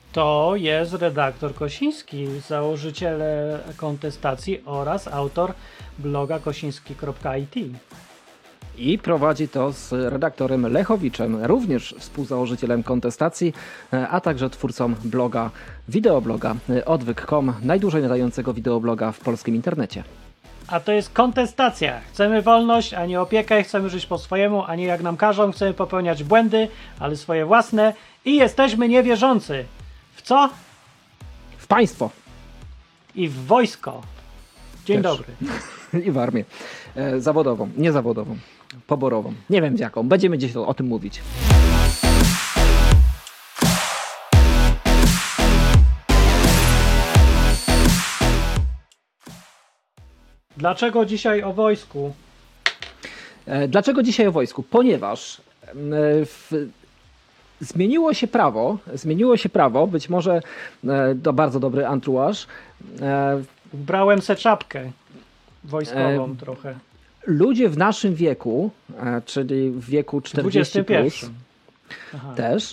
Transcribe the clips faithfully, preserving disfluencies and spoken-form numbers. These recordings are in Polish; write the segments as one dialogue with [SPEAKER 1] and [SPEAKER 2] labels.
[SPEAKER 1] To jest redaktor Kosiński, założyciel Kontestacji oraz autor bloga kosiński kropka i t.
[SPEAKER 2] I prowadzi to z redaktorem Lechowiczem, również współzałożycielem Kontestacji, a także twórcą bloga, wideobloga odwyk kropka com, najdłużej nadającego wideobloga w polskim internecie.
[SPEAKER 1] A to jest kontestacja. Chcemy wolność, a nie opiekę, chcemy żyć po swojemu, a nie jak nam każą, chcemy popełniać błędy, ale swoje własne i jesteśmy niewierzący. W co?
[SPEAKER 2] W państwo.
[SPEAKER 1] I w wojsko. Dzień
[SPEAKER 2] Też.
[SPEAKER 1] dobry.
[SPEAKER 2] I w armię. E, zawodową, nie zawodową, poborową. Nie wiem w jaką. Będziemy gdzieś o, o tym mówić.
[SPEAKER 1] Dlaczego dzisiaj o wojsku?
[SPEAKER 2] E, dlaczego dzisiaj o wojsku? Ponieważ e, w, zmieniło się prawo, zmieniło się prawo, być może e, to bardzo dobry anturaż. E,
[SPEAKER 1] Ubrałem se czapkę wojskową
[SPEAKER 2] e,
[SPEAKER 1] trochę.
[SPEAKER 2] Ludzie w naszym wieku, e, czyli w wieku czterdzieści plus,
[SPEAKER 1] Aha.
[SPEAKER 2] też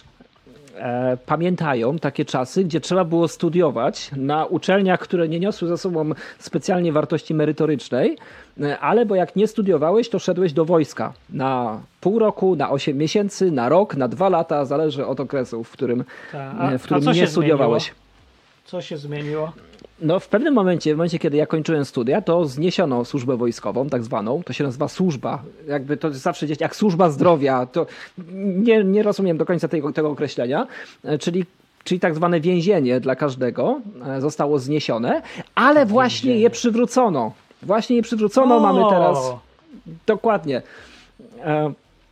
[SPEAKER 2] e, pamiętają takie czasy, gdzie trzeba było studiować na uczelniach, które nie niosły ze sobą specjalnie wartości merytorycznej, e, ale bo jak nie studiowałeś, to szedłeś do wojska na pół roku, na osiem miesięcy, na rok, na dwa lata, zależy od okresu, w którym,
[SPEAKER 1] Ta, a,
[SPEAKER 2] e, w którym
[SPEAKER 1] a co
[SPEAKER 2] nie
[SPEAKER 1] się
[SPEAKER 2] studiowałeś.
[SPEAKER 1] Zmieniło? Co się zmieniło?
[SPEAKER 2] No w pewnym momencie, w momencie kiedy ja kończyłem studia, to zniesiono służbę wojskową, tak zwaną, to się nazywa służba, jakby to zawsze gdzieś jak służba zdrowia, to nie, nie rozumiem do końca tego, tego określenia, czyli, czyli tak zwane więzienie dla każdego zostało zniesione, ale właśnie
[SPEAKER 1] więzienie.
[SPEAKER 2] je przywrócono, właśnie je przywrócono,
[SPEAKER 1] O!
[SPEAKER 2] mamy teraz, dokładnie. E,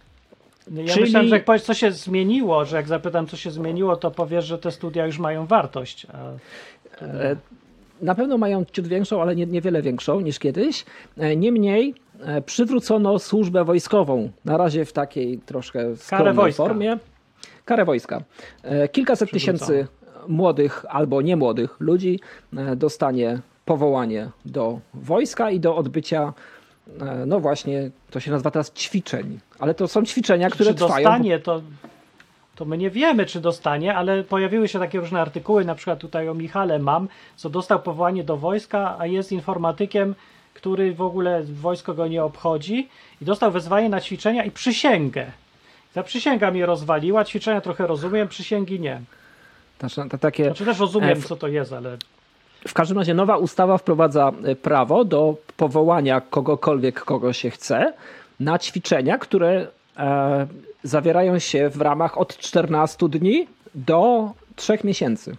[SPEAKER 1] Ja
[SPEAKER 2] Czyli-
[SPEAKER 1] myślałem, że jak powiesz, co się zmieniło, że jak zapytam, co się zmieniło, to powiesz, że te studia już mają wartość. A...
[SPEAKER 2] e, Na pewno mają ciut większą, ale nie, niewiele większą niż kiedyś. E, Niemniej e, przywrócono służbę wojskową. Na razie w takiej troszkę skromnej
[SPEAKER 1] wojska.
[SPEAKER 2] formie. Karę wojska. E, Kilkaset
[SPEAKER 1] Przywrócono.
[SPEAKER 2] tysięcy młodych albo niemłodych ludzi e, dostanie powołanie do wojska i do odbycia, e, no właśnie, to się nazywa teraz ćwiczeń. Ale to są ćwiczenia, które
[SPEAKER 1] Czy
[SPEAKER 2] trwają...
[SPEAKER 1] dostanie, to, to my nie wiemy, czy dostanie, ale pojawiły się takie różne artykuły, na przykład tutaj o Michale Mam, co dostał powołanie do wojska, a jest informatykiem, który w ogóle wojsko go nie obchodzi i dostał wezwanie na ćwiczenia i przysięgę. Ta przysięga mnie rozwaliła, ćwiczenia trochę rozumiem, przysięgi nie.
[SPEAKER 2] Znaczy, to takie...
[SPEAKER 1] Znaczy też rozumiem,
[SPEAKER 2] E, w-
[SPEAKER 1] co to jest, ale
[SPEAKER 2] W każdym razie nowa ustawa wprowadza e, prawo do powołania kogokolwiek, kogo się chce, na ćwiczenia, które e, zawierają się w ramach od czternastu dni do trzech miesięcy.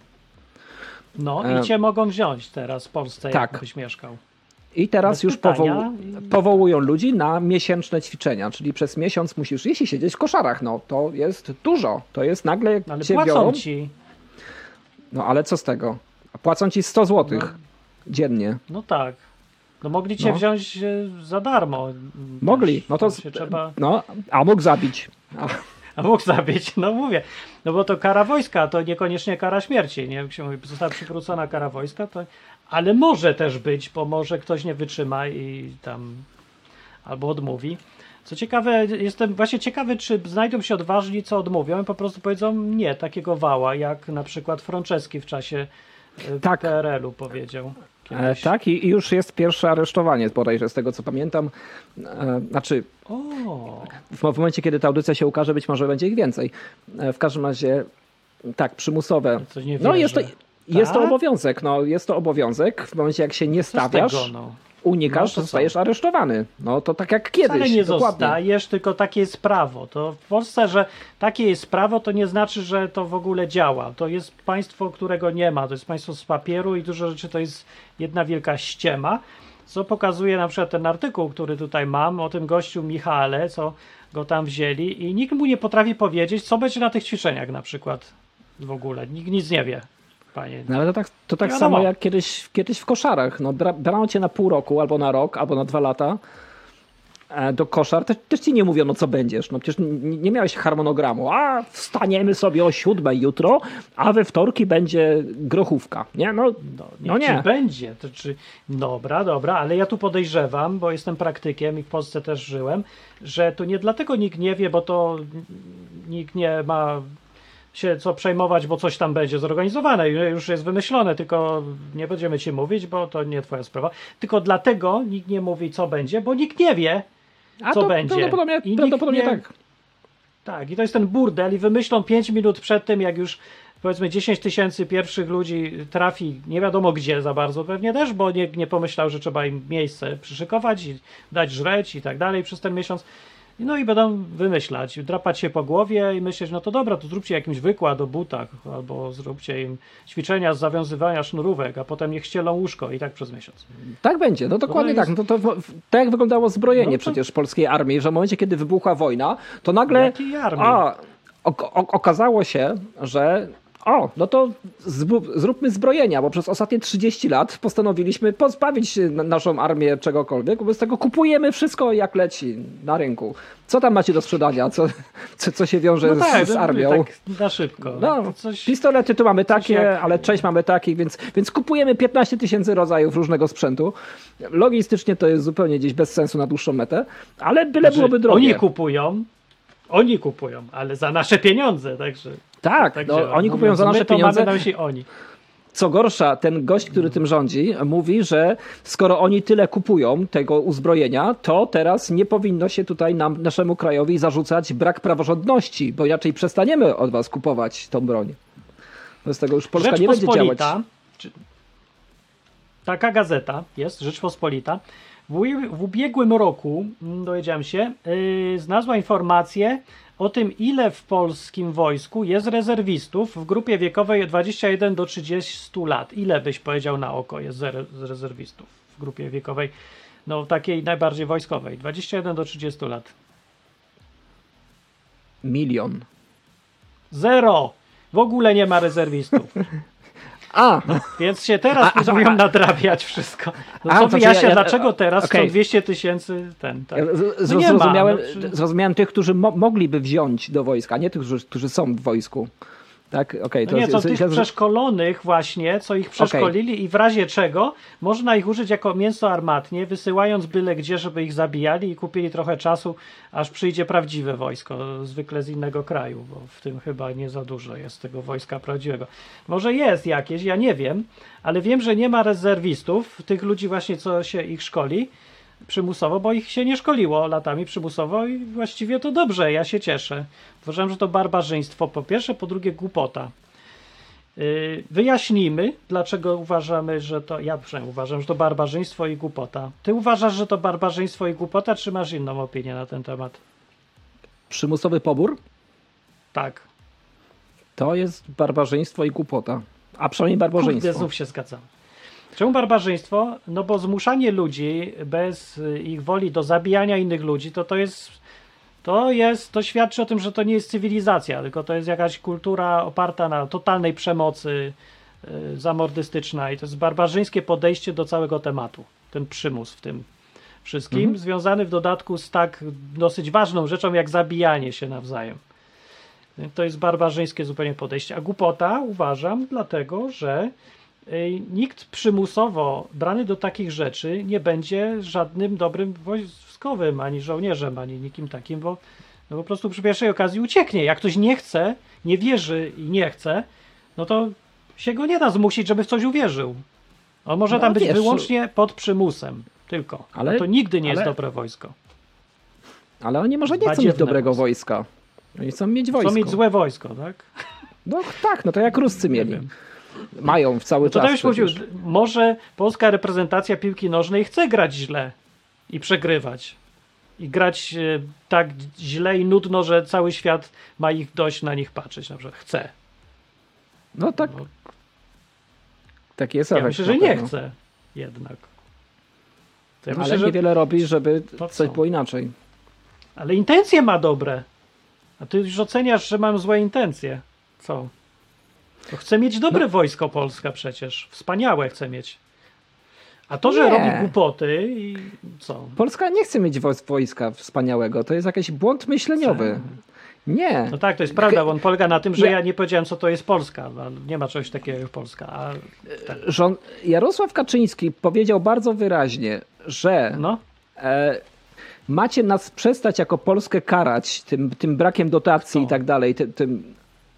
[SPEAKER 1] no
[SPEAKER 2] E,
[SPEAKER 1] i cię mogą wziąć teraz w Polsce,
[SPEAKER 2] tak.
[SPEAKER 1] jak byś mieszkał.
[SPEAKER 2] I teraz
[SPEAKER 1] Bez
[SPEAKER 2] już
[SPEAKER 1] pytania.
[SPEAKER 2] powoł- powołują ludzi na miesięczne ćwiczenia, czyli przez miesiąc musisz iść i siedzieć w koszarach. No to jest dużo. To jest nagle
[SPEAKER 1] No, ale
[SPEAKER 2] cię
[SPEAKER 1] płacą
[SPEAKER 2] biorą.
[SPEAKER 1] ci.
[SPEAKER 2] No ale co z tego? A płacą ci sto złotych dziennie.
[SPEAKER 1] No tak. No mogli cię
[SPEAKER 2] No.
[SPEAKER 1] wziąć e, za darmo.
[SPEAKER 2] Mogli.
[SPEAKER 1] Też.
[SPEAKER 2] No to
[SPEAKER 1] się trzeba...
[SPEAKER 2] no, a mógł zabić. A,
[SPEAKER 1] A mógł zabić, no mówię. No bo to kara wojska, to niekoniecznie kara śmierci. Nie? Jak się mówi, została przywrócona kara wojska, to... ale może też być, bo może ktoś nie wytrzyma i tam albo odmówi. Co ciekawe, jestem właśnie ciekawy, czy znajdą się odważni, co odmówią i po prostu powiedzą nie, takiego wała, jak na przykład Franceski w czasie e,
[SPEAKER 2] Tak.
[SPEAKER 1] P R L u powiedział.
[SPEAKER 2] E,
[SPEAKER 1] Kiedyś.
[SPEAKER 2] tak, i, i już jest pierwsze aresztowanie, bodajże z tego co pamiętam. E, znaczy,
[SPEAKER 1] O,
[SPEAKER 2] w, w momencie, kiedy ta audycja się ukaże, być może będzie ich więcej. E, w każdym razie, tak, przymusowe.
[SPEAKER 1] to nie
[SPEAKER 2] No
[SPEAKER 1] wierzę.
[SPEAKER 2] jest to, jest to
[SPEAKER 1] Tak?
[SPEAKER 2] obowiązek, no jest to obowiązek. W momencie, jak się nie
[SPEAKER 1] Co z
[SPEAKER 2] stawiasz,
[SPEAKER 1] tego, no?
[SPEAKER 2] unikasz,
[SPEAKER 1] No to
[SPEAKER 2] to
[SPEAKER 1] co?
[SPEAKER 2] zostajesz aresztowany. No to tak jak kiedyś.
[SPEAKER 1] Wcale nie
[SPEAKER 2] dokładnie.
[SPEAKER 1] zostajesz, tylko takie jest prawo. To w Polsce, że takie jest prawo, to nie znaczy, że to w ogóle działa. To jest państwo, którego nie ma. To jest państwo z papieru i dużo rzeczy to jest jedna wielka ściema, co pokazuje na przykład ten artykuł, który tutaj mam o tym gościu Michale, co go tam wzięli i nikt mu nie potrafi powiedzieć, co będzie na tych ćwiczeniach na przykład w ogóle. Nikt nic nie wie, panie.
[SPEAKER 2] No ale to tak, to tak
[SPEAKER 1] Nie
[SPEAKER 2] samo
[SPEAKER 1] wiadomo.
[SPEAKER 2] jak kiedyś, kiedyś w koszarach. No, bra, brano cię na pół roku, albo na rok, albo na dwa lata e, do koszar. Też, też ci nie mówiono, co będziesz. No przecież nie, nie miałeś harmonogramu. A wstaniemy sobie o siódmej jutro, a we wtorki będzie grochówka. Nie, no,
[SPEAKER 1] No,
[SPEAKER 2] no
[SPEAKER 1] niech
[SPEAKER 2] nie.
[SPEAKER 1] ci będzie. To czy... Dobra, dobra, ale ja tu podejrzewam, bo jestem praktykiem i w Polsce też żyłem, że to nie dlatego nikt nie wie, bo to nikt nie ma się co przejmować, bo coś tam będzie zorganizowane, już jest wymyślone, tylko nie będziemy ci mówić, bo to nie twoja sprawa. Tylko dlatego nikt nie mówi, co będzie, bo nikt nie wie,
[SPEAKER 2] A
[SPEAKER 1] co
[SPEAKER 2] to
[SPEAKER 1] będzie.
[SPEAKER 2] Prawdopodobnie,
[SPEAKER 1] I
[SPEAKER 2] prawdopodobnie
[SPEAKER 1] nikt nie...
[SPEAKER 2] tak.
[SPEAKER 1] Tak, i to jest ten burdel i wymyślą pięć minut przed tym, jak już powiedzmy dziesięć tysięcy pierwszych ludzi trafi nie wiadomo gdzie za bardzo pewnie też, bo nie, nie pomyślał, że trzeba im miejsce przyszykować i dać żreć i tak dalej przez ten miesiąc. No i będą wymyślać, drapać się po głowie i myśleć, no to dobra, to zróbcie jakiś wykład o butach albo zróbcie im ćwiczenia z zawiązywania sznurówek, a potem niech ścielą łóżko i tak przez miesiąc.
[SPEAKER 2] Tak będzie, no dokładnie
[SPEAKER 1] No to
[SPEAKER 2] tak. No to, to tak jak wyglądało zbrojenie
[SPEAKER 1] No to-
[SPEAKER 2] przecież polskiej armii, że w momencie, kiedy wybuchła wojna, to nagle
[SPEAKER 1] Jakiej armii?
[SPEAKER 2] a, ok- ok- okazało się, że o, no to zbu- zróbmy zbrojenia, bo przez ostatnie trzydzieści lat postanowiliśmy pozbawić się na- naszą armię czegokolwiek, wobec tego kupujemy wszystko jak leci na rynku. Co tam macie do sprzedania? Co, co, co się wiąże
[SPEAKER 1] No tak,
[SPEAKER 2] z, z
[SPEAKER 1] no,
[SPEAKER 2] armią?
[SPEAKER 1] tak na szybko.
[SPEAKER 2] No,
[SPEAKER 1] To coś...
[SPEAKER 2] pistolety tu mamy takie,
[SPEAKER 1] jak-
[SPEAKER 2] ale część mamy takich, więc, więc kupujemy piętnaście tysięcy rodzajów różnego sprzętu. Logistycznie to jest zupełnie gdzieś bez sensu na dłuższą metę, ale byle
[SPEAKER 1] Znaczy,
[SPEAKER 2] byłoby drogie.
[SPEAKER 1] Oni kupują, oni kupują, ale za nasze pieniądze, także...
[SPEAKER 2] tak,
[SPEAKER 1] tak
[SPEAKER 2] no,
[SPEAKER 1] działa.
[SPEAKER 2] oni kupują
[SPEAKER 1] Mówiąc
[SPEAKER 2] za nasze
[SPEAKER 1] my, to
[SPEAKER 2] pieniądze.
[SPEAKER 1] mamy na myśli oni.
[SPEAKER 2] Co gorsza, ten gość, który tym rządzi, mówi, że skoro oni tyle kupują tego uzbrojenia, to teraz nie powinno się tutaj nam, naszemu krajowi zarzucać brak praworządności, bo inaczej przestaniemy od was kupować tą broń. Wobec tego już Polska nie będzie działać.
[SPEAKER 1] Rzeczpospolita, czy- taka gazeta jest, Rzeczpospolita, w, u- w ubiegłym roku, mm, dowiedziałem się, yy, znalazła informację o tym, ile w polskim wojsku jest rezerwistów w grupie wiekowej dwadzieścia jeden do trzydziestu lat. Ile byś powiedział na oko jest zere- z rezerwistów w grupie wiekowej, no takiej najbardziej wojskowej, dwadzieścia jeden do trzydziestu lat?
[SPEAKER 2] Milion.
[SPEAKER 1] Zero! W ogóle nie ma rezerwistów.
[SPEAKER 2] A,
[SPEAKER 1] Więc się teraz
[SPEAKER 2] A, a,
[SPEAKER 1] próbują
[SPEAKER 2] a-
[SPEAKER 1] nadrabiać wszystko. No
[SPEAKER 2] A,
[SPEAKER 1] co
[SPEAKER 2] to znaczy
[SPEAKER 1] wyjaśnia,
[SPEAKER 2] ja- ja-
[SPEAKER 1] dlaczego teraz
[SPEAKER 2] okej.
[SPEAKER 1] chcą dwieście tysięcy ten, tak.
[SPEAKER 2] Ja z-
[SPEAKER 1] No nie ma,
[SPEAKER 2] zrozumiałem,
[SPEAKER 1] no czy-
[SPEAKER 2] zrozumiałem tych, którzy mo- mogliby wziąć do wojska, nie tych, którzy, którzy są w wojsku. Tak, okej.
[SPEAKER 1] No nie, co
[SPEAKER 2] jest-
[SPEAKER 1] tych
[SPEAKER 2] ja-
[SPEAKER 1] przeszkolonych właśnie, co ich przeszkolili i w razie czego można ich użyć jako mięso armatnie, wysyłając byle gdzie, żeby ich zabijali i kupili trochę czasu, aż przyjdzie prawdziwe wojsko, zwykle z innego kraju, bo w tym chyba nie za dużo jest tego wojska prawdziwego. Może jest jakieś, ja nie wiem, ale wiem, że nie ma rezerwistów, tych ludzi właśnie, co się ich szkoli przymusowo, bo ich się nie szkoliło latami przymusowo i właściwie to dobrze, ja się cieszę. Uważam, że to barbarzyństwo po pierwsze, po drugie głupota. Yy, wyjaśnijmy, dlaczego uważamy, że to, ja przynajmniej uważam, że to barbarzyństwo i głupota. Ty uważasz, że to barbarzyństwo i głupota, czy masz inną opinię na ten temat?
[SPEAKER 2] Przymusowy pobór
[SPEAKER 1] Tak.
[SPEAKER 2] to jest barbarzyństwo i głupota. A przynajmniej
[SPEAKER 1] Kurde,
[SPEAKER 2] barbarzyństwo.
[SPEAKER 1] znów się zgadzam. Czemu barbarzyństwo? No bo zmuszanie ludzi bez y, ich woli do zabijania innych ludzi, to to jest, to jest, to świadczy o tym, że to nie jest cywilizacja, tylko to jest jakaś kultura oparta na totalnej przemocy y, zamordystyczna i to jest barbarzyńskie podejście do całego tematu. Ten przymus w tym wszystkim,
[SPEAKER 2] Mhm.
[SPEAKER 1] związany w dodatku z tak dosyć ważną rzeczą, jak zabijanie się nawzajem. To jest barbarzyńskie zupełnie podejście. A głupota uważam dlatego, że y, nikt przymusowo brany do takich rzeczy nie będzie żadnym dobrym wojskowym, ani żołnierzem, ani nikim takim, bo no po prostu przy pierwszej okazji ucieknie. Jak ktoś nie chce, nie wierzy i nie chce, no to się go nie da zmusić, żeby w coś uwierzył. On może
[SPEAKER 2] No,
[SPEAKER 1] tam być
[SPEAKER 2] wiesz,
[SPEAKER 1] wyłącznie pod przymusem. Tylko.
[SPEAKER 2] Ale-
[SPEAKER 1] Ale to nigdy nie
[SPEAKER 2] ale-
[SPEAKER 1] jest dobre wojsko.
[SPEAKER 2] Ale oni może nie chcą mieć
[SPEAKER 1] Badziewne
[SPEAKER 2] dobrego
[SPEAKER 1] wojsko.
[SPEAKER 2] wojska. Oni chcą mieć wojsko.
[SPEAKER 1] Chcą mieć złe wojsko, tak?
[SPEAKER 2] No tak, no to jak Ruscy mieli.
[SPEAKER 1] wiem.
[SPEAKER 2] Mają w cały
[SPEAKER 1] No to
[SPEAKER 2] czas.
[SPEAKER 1] tak już powiedział,
[SPEAKER 2] przecież.
[SPEAKER 1] może polska reprezentacja piłki nożnej chce grać źle i przegrywać. I grać e, tak źle i nudno, że cały świat ma ich dość na nich patrzeć. Na przykład chce.
[SPEAKER 2] No tak,
[SPEAKER 1] No,
[SPEAKER 2] taki jest
[SPEAKER 1] ja
[SPEAKER 2] efekt.
[SPEAKER 1] myślę, że
[SPEAKER 2] na
[SPEAKER 1] nie
[SPEAKER 2] pewno.
[SPEAKER 1] chce jednak. To ja
[SPEAKER 2] No,
[SPEAKER 1] myślę,
[SPEAKER 2] ale
[SPEAKER 1] że...
[SPEAKER 2] niewiele robi, żeby
[SPEAKER 1] To
[SPEAKER 2] coś
[SPEAKER 1] co?
[SPEAKER 2] było inaczej.
[SPEAKER 1] Ale intencje ma dobre. A ty już oceniasz, że mam złe intencje. Co? To chce mieć dobre
[SPEAKER 2] No.
[SPEAKER 1] wojsko Polska przecież. Wspaniałe chce mieć. A to, że
[SPEAKER 2] Nie.
[SPEAKER 1] robi głupoty i co?
[SPEAKER 2] Polska nie chce mieć woj- wojska wspaniałego. To jest jakiś błąd myśleniowy. Nie.
[SPEAKER 1] No tak, to jest prawda, bo on polega na tym, że
[SPEAKER 2] Ja-
[SPEAKER 1] ja nie powiedziałem, co to jest Polska. No, nie ma czegoś takiego jak Polska. A tak.
[SPEAKER 2] Rząd... Jarosław Kaczyński powiedział bardzo wyraźnie, że
[SPEAKER 1] No,
[SPEAKER 2] e, macie nas przestać jako Polskę karać tym, tym brakiem dotacji
[SPEAKER 1] Co?
[SPEAKER 2] i tak dalej. Tym, tym...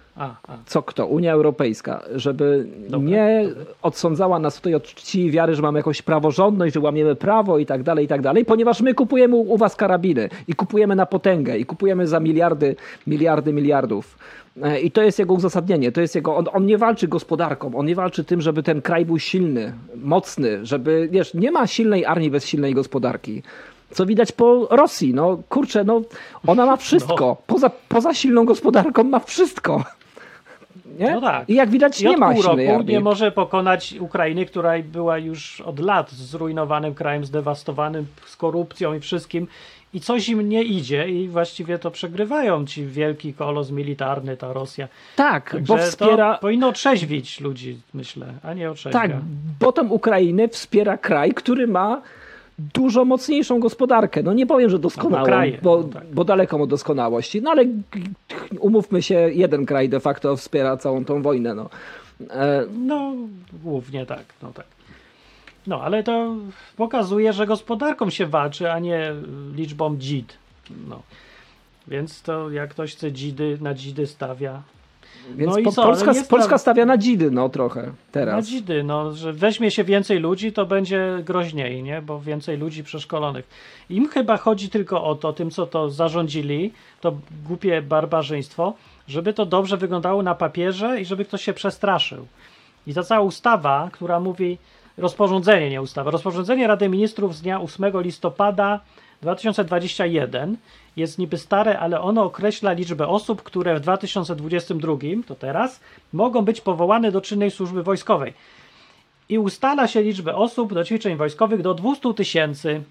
[SPEAKER 1] A, a.
[SPEAKER 2] Co kto? Unia Europejska, żeby
[SPEAKER 1] Dobra,
[SPEAKER 2] nie
[SPEAKER 1] dobra.
[SPEAKER 2] odsądzała nas tutaj od czci wiary, że mamy jakąś praworządność, że łamiemy prawo i tak dalej, i tak dalej, ponieważ my kupujemy u was karabiny i kupujemy na potęgę i kupujemy za miliardy, miliardy, miliardów. E, I to jest jego uzasadnienie. To jest jego, on, on nie walczy gospodarką, on nie walczy tym, żeby ten kraj był silny, mocny, żeby, wiesz, nie ma silnej armii bez silnej gospodarki. Co widać po Rosji, no kurczę, no ona ma wszystko.
[SPEAKER 1] No.
[SPEAKER 2] Poza, poza silną gospodarką ma wszystko. Nie?
[SPEAKER 1] No tak.
[SPEAKER 2] I jak widać
[SPEAKER 1] I
[SPEAKER 2] nie
[SPEAKER 1] od
[SPEAKER 2] ma
[SPEAKER 1] pół
[SPEAKER 2] silnej
[SPEAKER 1] roku
[SPEAKER 2] armii.
[SPEAKER 1] nie może pokonać Ukrainy, która była już od lat zrujnowanym krajem, zdewastowanym z korupcją i wszystkim. I coś im nie idzie i właściwie to przegrywają ci wielki kolos militarny, ta Rosja.
[SPEAKER 2] Tak,
[SPEAKER 1] Także
[SPEAKER 2] bo wspiera...
[SPEAKER 1] to powinno otrzeźwić ludzi, myślę, a nie otrzeźwia.
[SPEAKER 2] Tak, bo tą Ukrainę wspiera kraj, który ma dużo mocniejszą gospodarkę. No nie powiem, że doskonałą,
[SPEAKER 1] Albo kraje,
[SPEAKER 2] bo,
[SPEAKER 1] no tak.
[SPEAKER 2] bo daleko od doskonałości. No ale umówmy się, jeden kraj de facto wspiera całą tą wojnę. No, e,
[SPEAKER 1] No, głównie tak, no tak. No, ale to pokazuje, że gospodarką się walczy, a nie liczbą dzid. No. Więc to jak ktoś chce dzidy, na dzidy stawia.
[SPEAKER 2] więc
[SPEAKER 1] No i
[SPEAKER 2] po,
[SPEAKER 1] co,
[SPEAKER 2] Polska,
[SPEAKER 1] ale nie
[SPEAKER 2] Polska
[SPEAKER 1] sta-
[SPEAKER 2] stawia na dzidy, no trochę
[SPEAKER 1] Na
[SPEAKER 2] teraz.
[SPEAKER 1] dzidy, no, że weźmie się więcej ludzi, to będzie groźniej, nie? Bo więcej ludzi przeszkolonych. Im chyba chodzi tylko o to, tym co to zarządzili, to głupie barbarzyństwo, żeby to dobrze wyglądało na papierze i żeby ktoś się przestraszył. I ta cała ustawa, która mówi, rozporządzenie, nie ustawa, rozporządzenie Rady Ministrów z dnia ósmego listopada dwa tysiące dwudziestego pierwszego jest niby stare, ale ono określa liczbę osób, które w dwa tysiące dwudziestym drugim, to teraz, mogą być powołane do czynnej służby wojskowej. I ustala się liczbę osób do ćwiczeń wojskowych do dwieście tysięcy.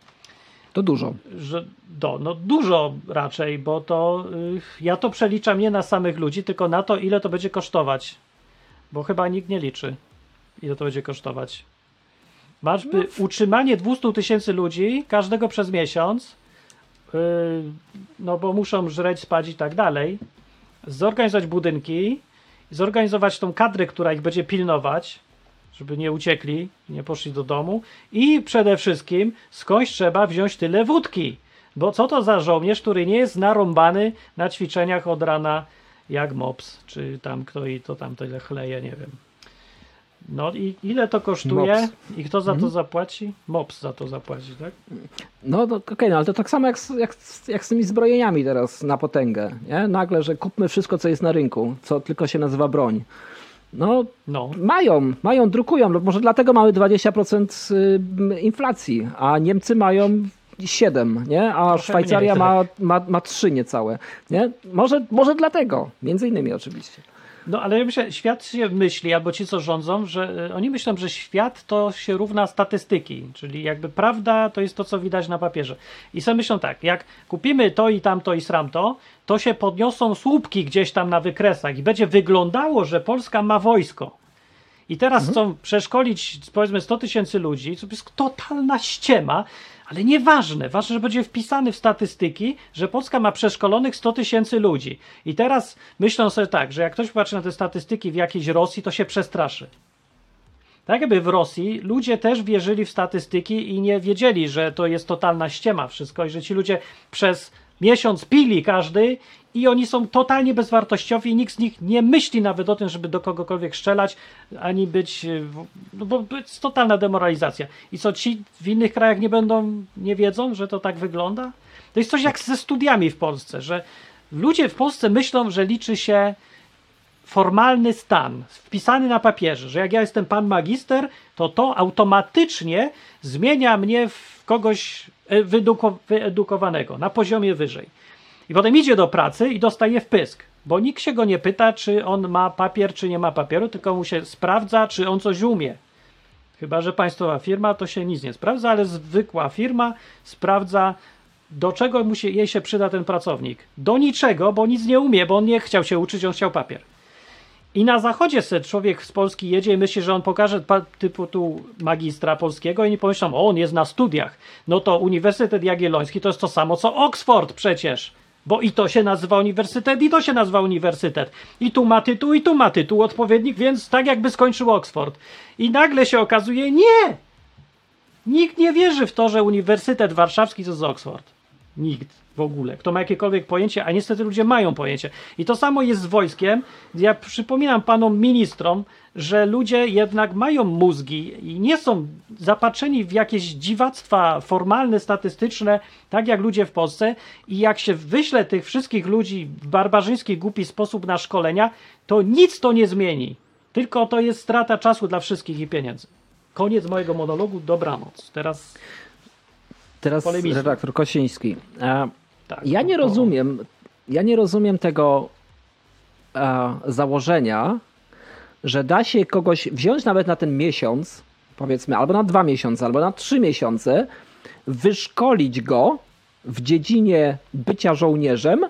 [SPEAKER 2] To dużo.
[SPEAKER 1] Że, do, no dużo raczej, bo to y, ja to przeliczam nie na samych ludzi, tylko na to, ile to będzie kosztować. Bo chyba nikt nie liczy, ile to będzie kosztować. Masz by utrzymanie dwieście tysięcy ludzi, każdego przez miesiąc, yy, no bo muszą żreć, spać i tak dalej, zorganizować budynki, zorganizować tą kadrę, która ich będzie pilnować, żeby nie uciekli, nie poszli do domu i przede wszystkim skądś trzeba wziąć tyle wódki, bo co to za żołnierz, który nie jest narąbany na ćwiczeniach od rana jak mops, czy tam kto i to tam tyle chleje, nie wiem. No i ile to kosztuje
[SPEAKER 2] Mops.
[SPEAKER 1] i kto za to
[SPEAKER 2] Mhm.
[SPEAKER 1] zapłaci? Mops za to zapłaci, tak?
[SPEAKER 2] No to okej, no ale to tak samo jak z, jak, z- jak z tymi zbrojeniami teraz na potęgę. Nie? Nagle, że kupmy wszystko, co jest na rynku, co tylko się nazywa broń. No
[SPEAKER 1] No,
[SPEAKER 2] mają, mają, drukują. No, może dlatego mamy dwadzieścia procent y, inflacji, a Niemcy mają siedem, nie? A
[SPEAKER 1] Trochę
[SPEAKER 2] Szwajcaria
[SPEAKER 1] mniej,
[SPEAKER 2] ma, ma, ma trzy niecałe. Nie? Może, może dlatego, między innymi oczywiście.
[SPEAKER 1] no ale ja myślę, świat się myśli, albo ci, co rządzą, że y, oni myślą, że świat to się równa statystyki, czyli jakby prawda to jest to, co widać na papierze. I sobie myślą tak, jak kupimy to i tamto i sramto, to się podniosą słupki gdzieś tam na wykresach i będzie wyglądało, że Polska ma wojsko. I teraz chcą przeszkolić powiedzmy sto tysięcy ludzi, co jest totalna ściema, ale nieważne, ważne, że będzie wpisany w statystyki, że Polska ma przeszkolonych sto tysięcy ludzi. I teraz myślą sobie tak, że jak ktoś patrzy na te statystyki w jakiejś Rosji, to się przestraszy. Tak jakby w Rosji ludzie też wierzyli w statystyki i nie wiedzieli, że to jest totalna ściema wszystko i że ci ludzie przez miesiąc pili każdy i oni są totalnie bezwartościowi i nikt z nich nie myśli nawet o tym, żeby do kogokolwiek strzelać, ani być, no bo to jest totalna demoralizacja. I co, ci w innych krajach nie będą, nie wiedzą, że to tak wygląda? To jest coś jak ze studiami w Polsce, że ludzie w Polsce myślą, że liczy się formalny stan, wpisany na papierze, że jak ja jestem pan magister, to to automatycznie zmienia mnie w kogoś wyeduko- wyedukowanego, na poziomie wyżej. I potem idzie do pracy i dostaje wpysk, bo nikt się go nie pyta, czy on ma papier, czy nie ma papieru, tylko mu się sprawdza, czy on coś umie. Chyba że państwowa firma, to się nic nie sprawdza, ale zwykła firma sprawdza, do czego mu się, jej się przyda ten pracownik. Do niczego, bo nic nie umie, bo on nie chciał się uczyć, on chciał papier. I na zachodzie se człowiek z Polski jedzie i myśli, że on pokaże pa, typu tu magistra polskiego i nie pomyślą, o on jest na studiach. No to Uniwersytet Jagielloński to jest to samo co Oxford przecież. Bo i to się nazywa uniwersytet, i to się nazywa uniwersytet. I tu ma tytuł, i tu ma tytuł odpowiednik, więc tak jakby skończył Oxford. I nagle się okazuje, nie! Nikt nie wierzy w to, że Uniwersytet Warszawski to jest Oxford. Nikt. w ogóle, kto ma jakiekolwiek pojęcie, a niestety ludzie mają pojęcie. I to samo jest z wojskiem. Ja przypominam panom ministrom, że ludzie jednak mają mózgi i nie są zapatrzeni w jakieś dziwactwa formalne, statystyczne, tak jak ludzie w Polsce. I jak się wyśle tych wszystkich ludzi w barbarzyński, głupi sposób na szkolenia, to nic to nie zmieni. Tylko to jest strata czasu dla wszystkich i pieniędzy. Koniec mojego monologu, dobranoc. Teraz
[SPEAKER 2] Teraz
[SPEAKER 1] polemizuj.
[SPEAKER 2] redaktor Kosiński. E,
[SPEAKER 1] Tak,
[SPEAKER 2] ja nie
[SPEAKER 1] to-
[SPEAKER 2] rozumiem, ja nie rozumiem tego e, założenia, że da się kogoś wziąć nawet na ten miesiąc, powiedzmy, albo na dwa miesiące, albo na trzy miesiące, wyszkolić go w dziedzinie bycia żołnierzem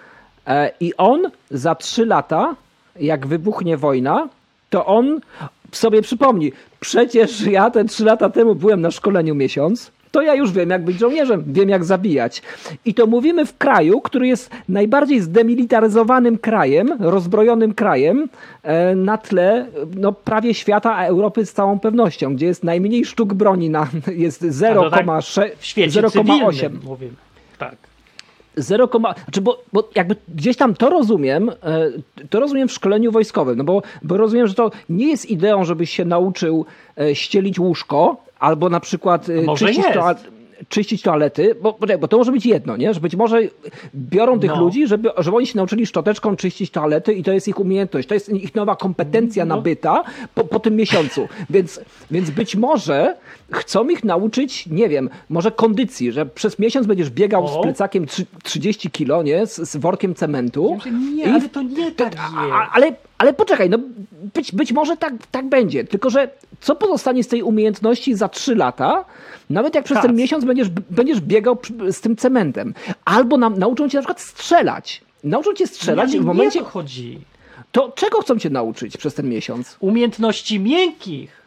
[SPEAKER 2] e, i on za trzy lata, jak wybuchnie wojna, to on sobie przypomni, przecież ja te trzy lata temu byłem na szkoleniu miesiąc, to ja już wiem, jak być żołnierzem, wiem, jak zabijać. I to mówimy w kraju, który jest najbardziej zdemilitaryzowanym krajem, rozbrojonym krajem e, na tle no, prawie świata, a Europy z całą pewnością, gdzie jest najmniej sztuk broni, na, jest zero przecinek sześć,
[SPEAKER 1] w świecie
[SPEAKER 2] zero przecinek osiem.
[SPEAKER 1] cywilnym mówimy. Tak.
[SPEAKER 2] zero, znaczy bo, bo jakby gdzieś tam to rozumiem, e, to rozumiem w szkoleniu wojskowym, no bo, bo rozumiem, że to nie jest ideą, żebyś się nauczył e, ścielić łóżko, albo na przykład e,
[SPEAKER 1] Może
[SPEAKER 2] czyścić,
[SPEAKER 1] jest.
[SPEAKER 2] toa- czyścić toalety, bo, bo, bo to może być jedno, nie? Że być może biorą tych
[SPEAKER 1] No.
[SPEAKER 2] ludzi, żeby, żeby oni się nauczyli szczoteczką czyścić toalety i to jest ich umiejętność, to jest ich nowa kompetencja
[SPEAKER 1] No.
[SPEAKER 2] nabyta po, po tym miesiącu. Więc, więc być może chcą ich nauczyć, nie wiem, może kondycji, że przez miesiąc będziesz biegał
[SPEAKER 1] O.
[SPEAKER 2] z plecakiem trzy- trzydzieści kilo, nie? Z, z workiem cementu.
[SPEAKER 1] Nie,
[SPEAKER 2] I-
[SPEAKER 1] ale to nie tak jest.
[SPEAKER 2] a, a- ale, ale poczekaj, no być, być może tak, tak będzie, tylko że co pozostanie z tej umiejętności za trzy lata, nawet jak przez
[SPEAKER 1] Kac.
[SPEAKER 2] ten miesiąc będziesz, będziesz biegał przy- z tym cementem. Albo nam, nauczą cię na przykład strzelać. Nauczą cię strzelać
[SPEAKER 1] nie,
[SPEAKER 2] i w
[SPEAKER 1] nie
[SPEAKER 2] momencie...
[SPEAKER 1] o to chodzi.
[SPEAKER 2] To czego chcą cię nauczyć przez ten miesiąc?
[SPEAKER 1] Umiejętności miękkich.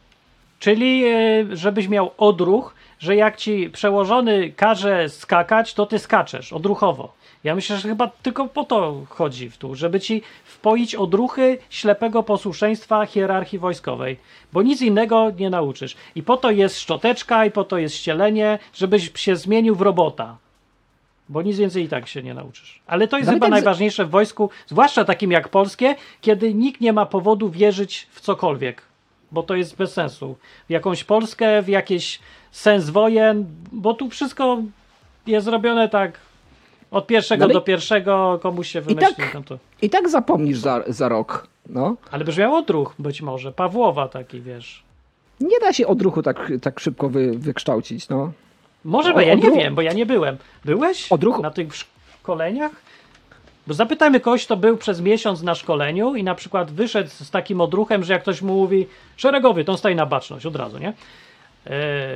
[SPEAKER 1] Czyli e, żebyś miał odruch, że jak ci przełożony każe skakać, to ty skaczesz odruchowo. Ja myślę, że chyba tylko po to chodzi w tu, żeby ci wpoić odruchy ślepego posłuszeństwa hierarchii wojskowej, bo nic innego nie nauczysz. I po to jest szczoteczka, i po to jest ścielenie, żebyś się zmienił w robota. Bo nic więcej i tak się nie nauczysz. Ale to jest
[SPEAKER 2] No i
[SPEAKER 1] chyba
[SPEAKER 2] tak z-
[SPEAKER 1] najważniejsze w wojsku, zwłaszcza takim jak polskie, kiedy nikt nie ma powodu wierzyć w cokolwiek. Bo to jest bez sensu. W jakąś Polskę, w jakiś sens wojen, bo tu wszystko jest zrobione tak od pierwszego
[SPEAKER 2] No ale-
[SPEAKER 1] do pierwszego, komuś się wymyśli.
[SPEAKER 2] tak-
[SPEAKER 1] no to...
[SPEAKER 2] I tak zapomnisz za, za rok. No.
[SPEAKER 1] Ale byś miał odruch być może, Pawłowa taki, wiesz.
[SPEAKER 2] Nie da się odruchu tak, tak szybko wy, wykształcić. No.
[SPEAKER 1] Może,
[SPEAKER 2] O-
[SPEAKER 1] bo ja nie
[SPEAKER 2] odruch-
[SPEAKER 1] wiem, bo ja nie byłem. Byłeś
[SPEAKER 2] Odruch-
[SPEAKER 1] na tych szkoleniach? Bo zapytajmy kogoś, kto był przez miesiąc na szkoleniu i na przykład wyszedł z takim odruchem, że jak ktoś mu mówi szeregowy, to on staje na baczność od razu, nie? E,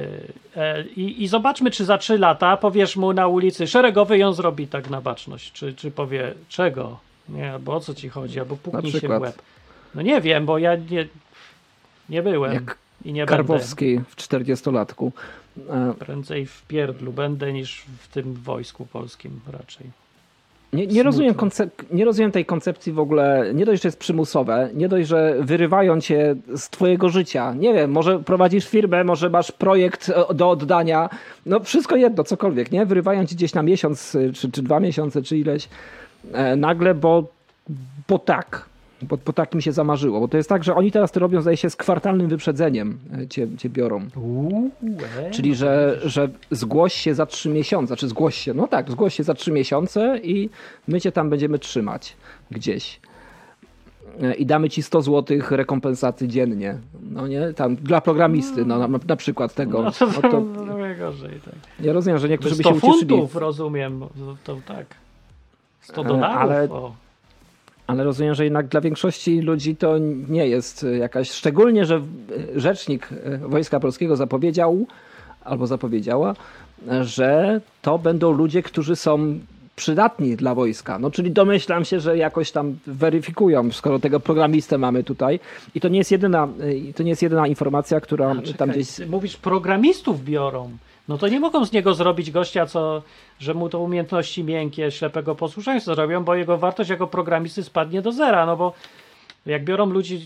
[SPEAKER 1] e, I, I zobaczmy, czy za trzy lata powiesz mu na ulicy szeregowy i on zrobi tak na baczność. Czy, czy powie czego? Nie, albo o co ci chodzi, albo puknij się w
[SPEAKER 2] przykład.
[SPEAKER 1] łeb. No nie wiem, bo ja nie, nie byłem
[SPEAKER 2] Jak
[SPEAKER 1] i nie
[SPEAKER 2] Karwowski w czterdziestolatku. E,
[SPEAKER 1] będę. Prędzej w pierdlu będę niż w tym wojsku polskim raczej.
[SPEAKER 2] Nie, nie,
[SPEAKER 1] Smutne.
[SPEAKER 2] rozumiem koncep- nie rozumiem tej koncepcji w ogóle. Nie dość, że jest przymusowe, nie dość, że wyrywają cię z twojego życia. Nie wiem, może prowadzisz firmę, może masz projekt e, do oddania. No wszystko jedno, cokolwiek, nie? Wyrywają cię gdzieś na miesiąc, y, czy, czy dwa miesiące, czy ileś. E, nagle, bo, bo tak. Bo, bo tak mi się zamarzyło. Bo to jest tak, że oni teraz to robią, zdaje się, z kwartalnym wyprzedzeniem e, cię, cię biorą.
[SPEAKER 1] Uuu, e,
[SPEAKER 2] Czyli, że, że zgłoś się za trzy miesiące, czy zgłoś się, no tak, zgłoś się za trzy miesiące i my cię tam będziemy trzymać gdzieś. E, I damy ci sto złotych rekompensaty dziennie. No nie, tam dla programisty, no na, na przykład tego.
[SPEAKER 1] No to,
[SPEAKER 2] No
[SPEAKER 1] to,
[SPEAKER 2] to,
[SPEAKER 1] to gorzej, tak.
[SPEAKER 2] ja rozumiem, że niektórzy by
[SPEAKER 1] sto
[SPEAKER 2] się ucieszyli,
[SPEAKER 1] funtów, rozumiem, to tak. sto
[SPEAKER 2] E,
[SPEAKER 1] dolarów,
[SPEAKER 2] ale-
[SPEAKER 1] o.
[SPEAKER 2] ale rozumiem, że jednak dla większości ludzi to nie jest jakaś, szczególnie, że rzecznik e, Wojska Polskiego zapowiedział, albo zapowiedziała, że to będą ludzie, którzy są przydatni dla wojska. No, czyli domyślam się, że jakoś tam weryfikują, skoro tego programistę mamy tutaj. I to nie jest jedyna, e, to nie jest jedyna informacja, która
[SPEAKER 1] A,
[SPEAKER 2] tam
[SPEAKER 1] czekaj,
[SPEAKER 2] gdzieś...
[SPEAKER 1] ty mówisz, programistów biorą. No to nie mogą z niego zrobić gościa, co, że mu to umiejętności miękkie, ślepego posłuszeństwa zrobią, bo jego wartość jako programisty spadnie do zera, no bo jak biorą ludzi,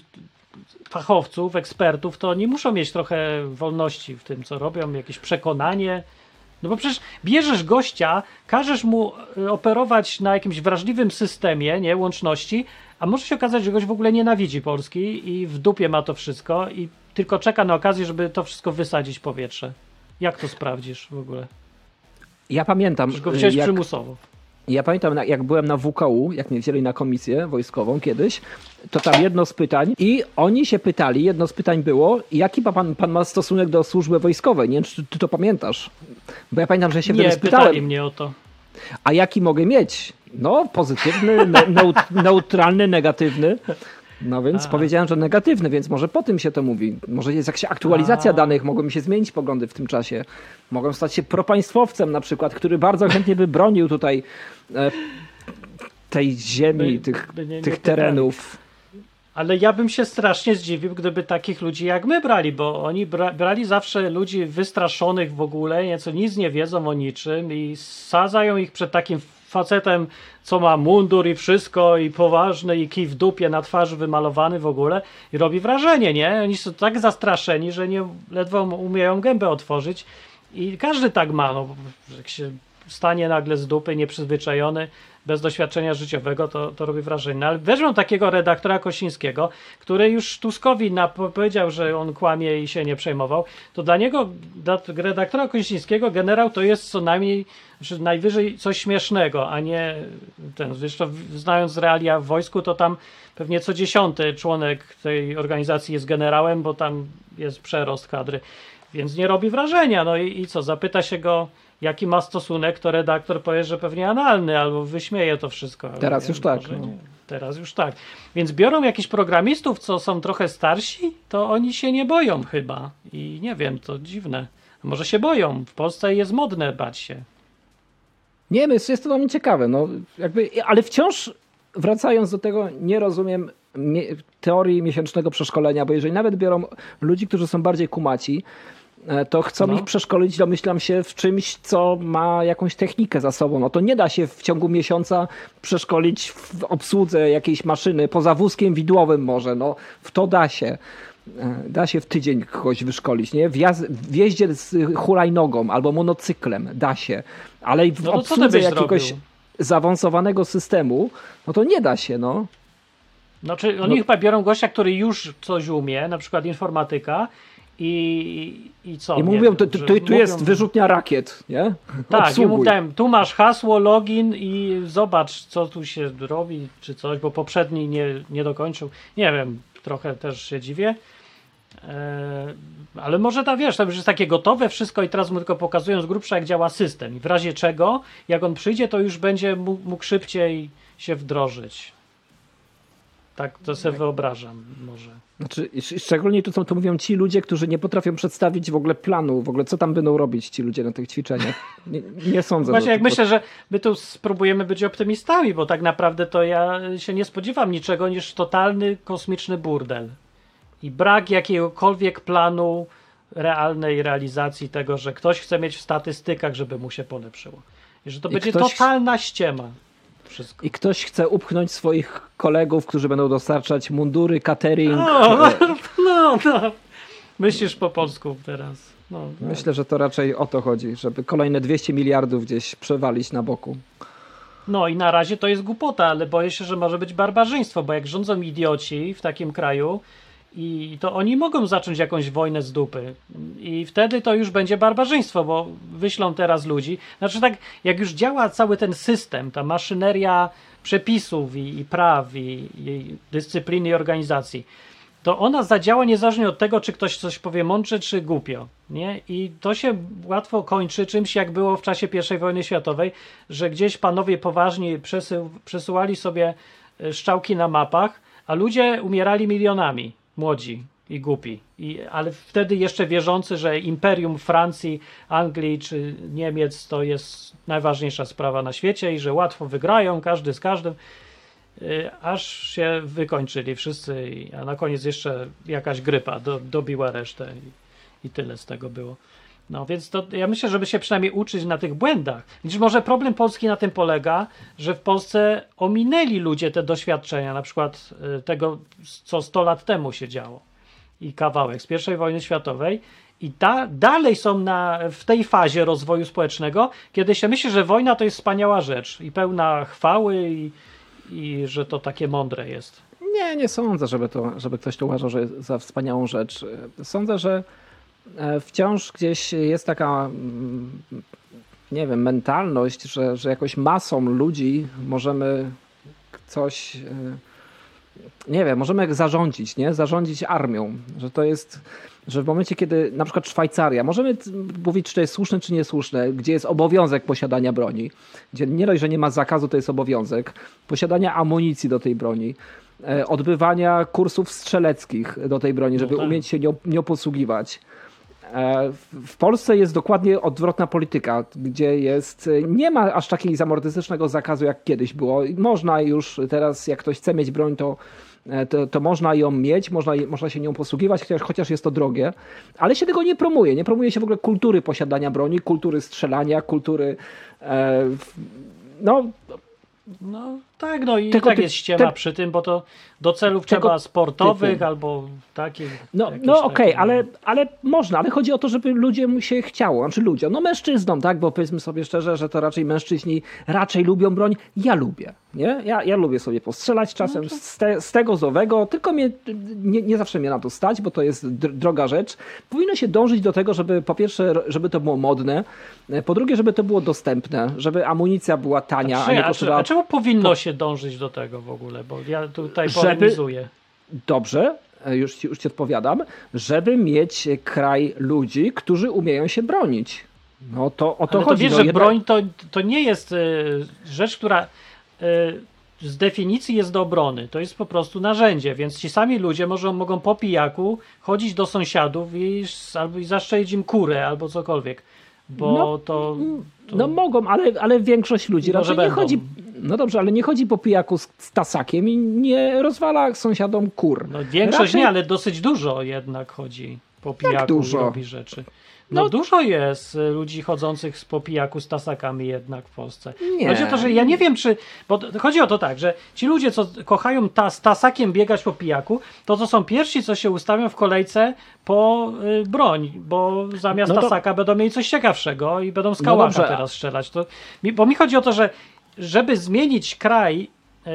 [SPEAKER 1] fachowców, ekspertów, to oni muszą mieć trochę wolności w tym, co robią, jakieś przekonanie. No bo przecież bierzesz gościa, każesz mu operować na jakimś wrażliwym systemie, nie, łączności, a może się okazać, że gość w ogóle nienawidzi Polski i w dupie ma to wszystko i tylko czeka na okazję, żeby to wszystko wysadzić w powietrze. Jak to sprawdzisz w ogóle?
[SPEAKER 2] Ja pamiętam,
[SPEAKER 1] Przecież go wziąłeś
[SPEAKER 2] jak,
[SPEAKER 1] przymusowo.
[SPEAKER 2] ja pamiętam, jak byłem na W K U, jak mnie wzięli na komisję wojskową kiedyś, to tam jedno z pytań i oni się pytali, jedno z pytań było, jaki ma pan, pan ma stosunek do służby wojskowej? Nie wiem, czy ty to pamiętasz? Bo ja pamiętam, że się wtedy
[SPEAKER 1] Nie,
[SPEAKER 2] spytałem.
[SPEAKER 1] pytali mnie o to.
[SPEAKER 2] A jaki mogę mieć? No, pozytywny, ne- neut- neutralny, negatywny. No więc
[SPEAKER 1] A.
[SPEAKER 2] powiedziałem, że negatywny, więc może po tym się to mówi. Może jest jakaś aktualizacja
[SPEAKER 1] A.
[SPEAKER 2] danych, mogą mi się zmienić poglądy w tym czasie. Mogą stać się propaństwowcem na przykład, który bardzo chętnie by bronił tutaj e, tej ziemi,
[SPEAKER 1] By-
[SPEAKER 2] tych,
[SPEAKER 1] by nie- nie
[SPEAKER 2] tych
[SPEAKER 1] pytali.
[SPEAKER 2] terenów.
[SPEAKER 1] Ale ja bym się strasznie zdziwił, gdyby takich ludzi jak my brali, bo oni bra brali zawsze ludzi wystraszonych w ogóle, nieco nic nie wiedzą o niczym i sadzają ich przed takim facetem, co ma mundur i wszystko i poważny i kij w dupie na twarzy wymalowany w ogóle i robi wrażenie, nie? Oni są tak zastraszeni, że nie ledwo umieją gębę otworzyć i każdy tak ma, no, jak się stanie nagle z dupy, nieprzyzwyczajony, bez doświadczenia życiowego, to, to robi wrażenie. No, ale weźmy takiego redaktora Kosińskiego, który już Tuskowi na, powiedział, że on kłamie i się nie przejmował, to dla niego, dla redaktora Kosińskiego generał to jest co najmniej, że najwyżej coś śmiesznego, a nie ten, zresztą znając realia w wojsku, to tam pewnie co dziesiąty członek tej organizacji jest generałem, bo tam jest przerost kadry, więc nie robi wrażenia. No i, i co, zapyta się go, jaki ma stosunek, to redaktor powie, że pewnie analny, albo wyśmieje to wszystko.
[SPEAKER 2] Teraz
[SPEAKER 1] Wiem,
[SPEAKER 2] już tak.
[SPEAKER 1] może
[SPEAKER 2] No.
[SPEAKER 1] nie. Teraz już tak. Więc biorą jakichś programistów, co są trochę starsi, to oni się nie boją chyba. I nie wiem, to dziwne. Może się boją. W Polsce jest modne bać się.
[SPEAKER 2] Nie wiem, jest, jest to dla mnie ciekawe, no, jakby, ale wciąż wracając do tego, nie rozumiem mie- teorii miesięcznego przeszkolenia, bo jeżeli nawet biorą ludzi, którzy są bardziej kumaci, e, to chcą
[SPEAKER 1] No.
[SPEAKER 2] ich przeszkolić, domyślam się, w czymś, co ma jakąś technikę za sobą. No to nie da się w ciągu miesiąca przeszkolić w obsłudze jakiejś maszyny, poza wózkiem widłowym może, no w to da się. E, Da się w tydzień kogoś wyszkolić, nie? W, jaz- w jeździe z hulajnogą albo monocyklem da się, ale w
[SPEAKER 1] No to co ty
[SPEAKER 2] obsłudze
[SPEAKER 1] byś
[SPEAKER 2] jakiegoś
[SPEAKER 1] zrobił?
[SPEAKER 2] zaawansowanego systemu, no to nie da się, no.
[SPEAKER 1] Znaczy, oni
[SPEAKER 2] No.
[SPEAKER 1] chyba biorą gościa, który już coś umie, na przykład informatyka i, i co?
[SPEAKER 2] I
[SPEAKER 1] Nie
[SPEAKER 2] mówią,
[SPEAKER 1] wiem,
[SPEAKER 2] tu, tu,
[SPEAKER 1] że
[SPEAKER 2] tu, tu
[SPEAKER 1] mówią-
[SPEAKER 2] jest wyrzutnia rakiet, nie?
[SPEAKER 1] Tak, i
[SPEAKER 2] Obsługuj.
[SPEAKER 1] mówiłem, tu masz hasło, login i zobacz, co tu się robi, czy coś, bo poprzedni nie, nie dokończył. Nie wiem, trochę też się dziwię. Eee, ale może ta, wiesz, to już jest takie gotowe wszystko i teraz mu tylko pokazują z grubsza, jak działa system. I w razie czego, jak on przyjdzie, to już będzie mógł, mógł szybciej się wdrożyć. Tak to sobie wyobrażam może.
[SPEAKER 2] Znaczy, sz- szczególnie tu są, to mówią ci ludzie, którzy nie potrafią przedstawić w ogóle planu, w ogóle co tam będą robić ci ludzie na tych ćwiczeniach. Nie, nie sądzę.
[SPEAKER 1] Właśnie
[SPEAKER 2] że
[SPEAKER 1] jak
[SPEAKER 2] to-
[SPEAKER 1] myślę, że my tu spróbujemy być optymistami, bo tak naprawdę to ja się nie spodziewam niczego niż totalny kosmiczny burdel. I brak jakiegokolwiek planu realnej realizacji tego, że ktoś chce mieć w statystykach, żeby mu się polepszyło. I że to
[SPEAKER 2] I
[SPEAKER 1] będzie
[SPEAKER 2] ktoś-
[SPEAKER 1] totalna ściema. Wszystko.
[SPEAKER 2] I ktoś chce upchnąć swoich kolegów, którzy będą dostarczać mundury, catering.
[SPEAKER 1] No, no, no, no. Myślisz po polsku teraz. No, no.
[SPEAKER 2] Myślę, że to raczej o to chodzi, żeby kolejne dwieście miliardów gdzieś przewalić na boku.
[SPEAKER 1] No i na razie to jest głupota, ale boję się, że może być barbarzyństwo, bo jak rządzą idioci w takim kraju, i to oni mogą zacząć jakąś wojnę z dupy. I wtedy to już będzie barbarzyństwo, bo wyślą teraz ludzi. Znaczy tak, jak już działa cały ten system, ta maszyneria przepisów i, i praw, i, i dyscypliny i organizacji, to ona zadziała niezależnie od tego, czy ktoś coś powie mądrze, czy głupio. Nie? I to się łatwo kończy czymś, jak było w czasie pierwszej wojny światowej, że gdzieś panowie poważni przesył, przesyłali sobie e, strzałki na mapach, a ludzie umierali milionami. Młodzi i głupi. I, ale wtedy jeszcze wierzący, że imperium Francji, Anglii czy Niemiec to jest najważniejsza sprawa na świecie i że łatwo wygrają, każdy z każdym, yy, aż się wykończyli wszyscy, i, a na koniec jeszcze jakaś grypa do, dobiła resztę i, i tyle z tego było. No więc to ja myślę, żeby się przynajmniej uczyć na tych błędach. Widzisz, może problem Polski na tym polega, że w Polsce ominęli ludzie te doświadczenia, na przykład y, tego, co sto lat temu się działo i kawałek z pierwszej wojny światowej I ta, dalej są na, w tej fazie rozwoju społecznego, kiedy się myśli, że wojna to jest wspaniała rzecz i pełna chwały i, i że to takie mądre jest.
[SPEAKER 2] Nie, nie sądzę, żeby, to, żeby ktoś to uważał, że jest za wspaniałą rzecz. Sądzę, że wciąż gdzieś jest taka, nie wiem, mentalność, że, że jakoś masą ludzi możemy coś, nie wiem, możemy zarządzić, nie? Zarządzić armią, że to jest, że w momencie, kiedy na przykład Szwajcaria, możemy mówić, czy to jest słuszne, czy niesłuszne, gdzie jest obowiązek posiadania broni, gdzie nie dość, że nie ma zakazu, to jest obowiązek, posiadania amunicji do tej broni, odbywania kursów strzeleckich do tej broni, żeby no tak. umieć się nią, nią posługiwać. W Polsce jest dokładnie odwrotna polityka, gdzie jest, nie ma aż takiego zamordystycznego zakazu, jak kiedyś było. Można już teraz, jak ktoś chce mieć broń, to, to, to można ją mieć, można, można się nią posługiwać, chociaż, chociaż jest to drogie, ale się tego nie promuje. Nie promuje się w ogóle kultury posiadania broni, kultury strzelania, kultury e, no...
[SPEAKER 1] No tak, no i
[SPEAKER 2] tego,
[SPEAKER 1] tak jest ściema
[SPEAKER 2] te,
[SPEAKER 1] przy tym, bo to do celów
[SPEAKER 2] tego,
[SPEAKER 1] trzeba sportowych
[SPEAKER 2] typu.
[SPEAKER 1] albo takich.
[SPEAKER 2] No, no okej, okay, ale, ale można, ale chodzi o to, żeby ludziom się chciało, znaczy ludziom, no mężczyznom, tak, bo powiedzmy sobie szczerze, że to raczej mężczyźni raczej lubią broń. Ja lubię, nie? Ja, ja lubię sobie postrzelać czasem no to... z, te, z tego z owego, tylko mnie, nie, nie zawsze mnie na to stać, bo to jest droga rzecz. Powinno się dążyć do tego, żeby po pierwsze, żeby to było modne, po drugie, żeby to było dostępne, żeby amunicja była tania,
[SPEAKER 1] a,
[SPEAKER 2] a nie
[SPEAKER 1] a,
[SPEAKER 2] kosztowała...
[SPEAKER 1] A czemu powinno po... się dążyć do tego w ogóle? Bo ja tutaj
[SPEAKER 2] żeby...
[SPEAKER 1] polemizuję.
[SPEAKER 2] Dobrze, już ci, już ci odpowiadam, żeby mieć kraj ludzi, którzy umieją się bronić. No to o to
[SPEAKER 1] Ale
[SPEAKER 2] chodzi.
[SPEAKER 1] To wiesz,
[SPEAKER 2] no,
[SPEAKER 1] że
[SPEAKER 2] jedna...
[SPEAKER 1] broń to, to nie jest y, rzecz, która y, z definicji jest do obrony. To jest po prostu narzędzie, więc ci sami ludzie może, mogą po pijaku chodzić do sąsiadów i, albo i zaszczelić im kurę albo cokolwiek. Bo
[SPEAKER 2] no,
[SPEAKER 1] to, to...
[SPEAKER 2] No mogą, ale, ale większość ludzi
[SPEAKER 1] Może
[SPEAKER 2] raczej
[SPEAKER 1] będą.
[SPEAKER 2] nie chodzi. No dobrze, ale nie chodzi po pijaku z, z tasakiem i nie rozwala sąsiadom kur.
[SPEAKER 1] No większość
[SPEAKER 2] raczej...
[SPEAKER 1] nie, ale dosyć dużo jednak chodzi po pijaku
[SPEAKER 2] dużo?
[SPEAKER 1] i robi rzeczy. No, no dużo jest ludzi chodzących po pijaku z tasakami jednak w Polsce.
[SPEAKER 2] Nie.
[SPEAKER 1] Chodzi o to, że ja nie wiem, czy... Bo chodzi o to tak, że ci ludzie, co kochają ta, z tasakiem biegać po pijaku, to to są pierwsi, co się ustawią w kolejce po y, broń, bo zamiast
[SPEAKER 2] no to...
[SPEAKER 1] tasaka będą mieli coś ciekawszego i będą z kałaka no teraz strzelać. To, bo mi chodzi o to, że żeby zmienić kraj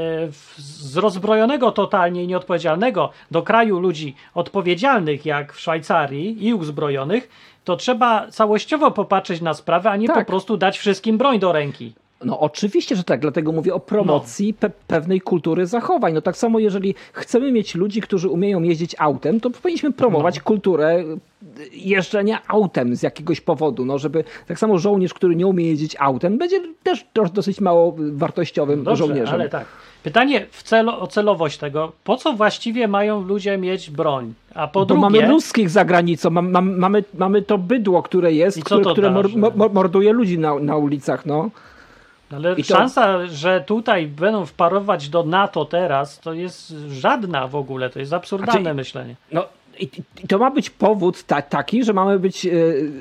[SPEAKER 1] z rozbrojonego totalnie i nieodpowiedzialnego do kraju ludzi odpowiedzialnych jak w Szwajcarii i uzbrojonych, to trzeba całościowo popatrzeć na sprawę, a nie tak. po prostu dać wszystkim broń do ręki.
[SPEAKER 2] No oczywiście, że tak, dlatego mówię o promocji no. pe- pewnej kultury zachowań. No tak samo jeżeli chcemy mieć ludzi, którzy umieją jeździć autem, to powinniśmy promować no. kulturę jeżdżenia autem z jakiegoś powodu. No żeby tak samo żołnierz, który nie umie jeździć autem, będzie też dosyć mało wartościowym
[SPEAKER 1] Dobrze,
[SPEAKER 2] żołnierzem.
[SPEAKER 1] Ale tak. Pytanie w celo, o celowość tego, po co właściwie mają ludzie mieć broń? A po
[SPEAKER 2] Bo
[SPEAKER 1] drugie...
[SPEAKER 2] mamy ruskich za granicą, mam, mam, mamy, mamy to bydło, które jest, które,
[SPEAKER 1] to
[SPEAKER 2] które
[SPEAKER 1] da,
[SPEAKER 2] mor,
[SPEAKER 1] że...
[SPEAKER 2] mor, morduje ludzi na, na ulicach. No.
[SPEAKER 1] Ale
[SPEAKER 2] I to...
[SPEAKER 1] szansa, że tutaj będą wparować do NATO teraz, to jest żadna w ogóle, to jest absurdalne znaczy, myślenie.
[SPEAKER 2] No i, i to ma być powód ta, taki, że mamy być yy,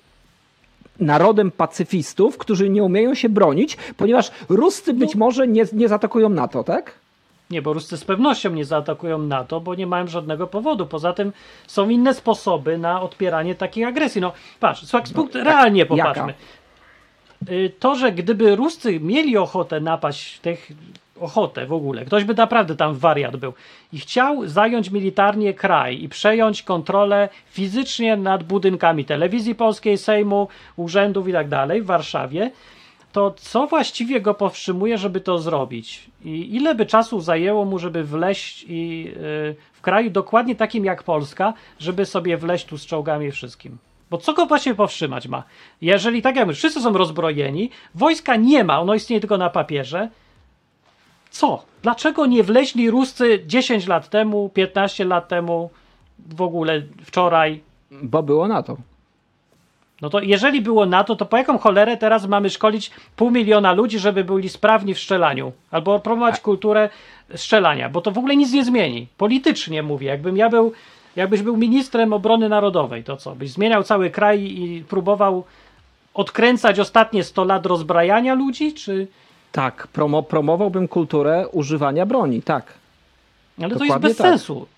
[SPEAKER 2] narodem pacyfistów, którzy nie umieją się bronić, ponieważ Ruscy być no. może nie, nie zaatakują NATO, tak?
[SPEAKER 1] Nie, bo Ruscy z pewnością nie zaatakują NATO, bo nie mają żadnego powodu. Poza tym są inne sposoby na odpieranie takiej agresji. No patrz, słuchaj, no, realnie tak, popatrzmy. Jaka? To, że gdyby Ruscy mieli ochotę napaść tych, ochotę w ogóle, ktoś by naprawdę tam wariat był i chciał zająć militarnie kraj i przejąć kontrolę fizycznie nad budynkami telewizji polskiej, Sejmu, urzędów i tak dalej w Warszawie, to co właściwie go powstrzymuje, żeby to zrobić? I ile by czasu zajęło mu, żeby wleźć i, yy, w kraju dokładnie takim jak Polska, żeby sobie wleźć tu z czołgami i wszystkim? Bo co go właśnie powstrzymać ma? Jeżeli, tak jak my, wszyscy są rozbrojeni, wojska nie ma, ono istnieje tylko na papierze, co? Dlaczego nie wleźli Ruscy dziesięć lat temu, piętnaście lat temu, w ogóle wczoraj?
[SPEAKER 2] Bo było NATO.
[SPEAKER 1] No to jeżeli było NATO, to po jaką cholerę teraz mamy szkolić pół miliona ludzi, żeby byli sprawni w strzelaniu? Albo promować kulturę strzelania, bo to w ogóle nic nie zmieni. Politycznie mówię, jakbym ja był... Jakbyś był ministrem obrony narodowej, to co? Byś zmieniał cały kraj i próbował odkręcać ostatnie sto lat rozbrajania ludzi, czy...
[SPEAKER 2] Tak, promo, promowałbym kulturę używania broni, tak.
[SPEAKER 1] Ale
[SPEAKER 2] Dokładnie
[SPEAKER 1] to jest bez
[SPEAKER 2] tak.
[SPEAKER 1] sensu.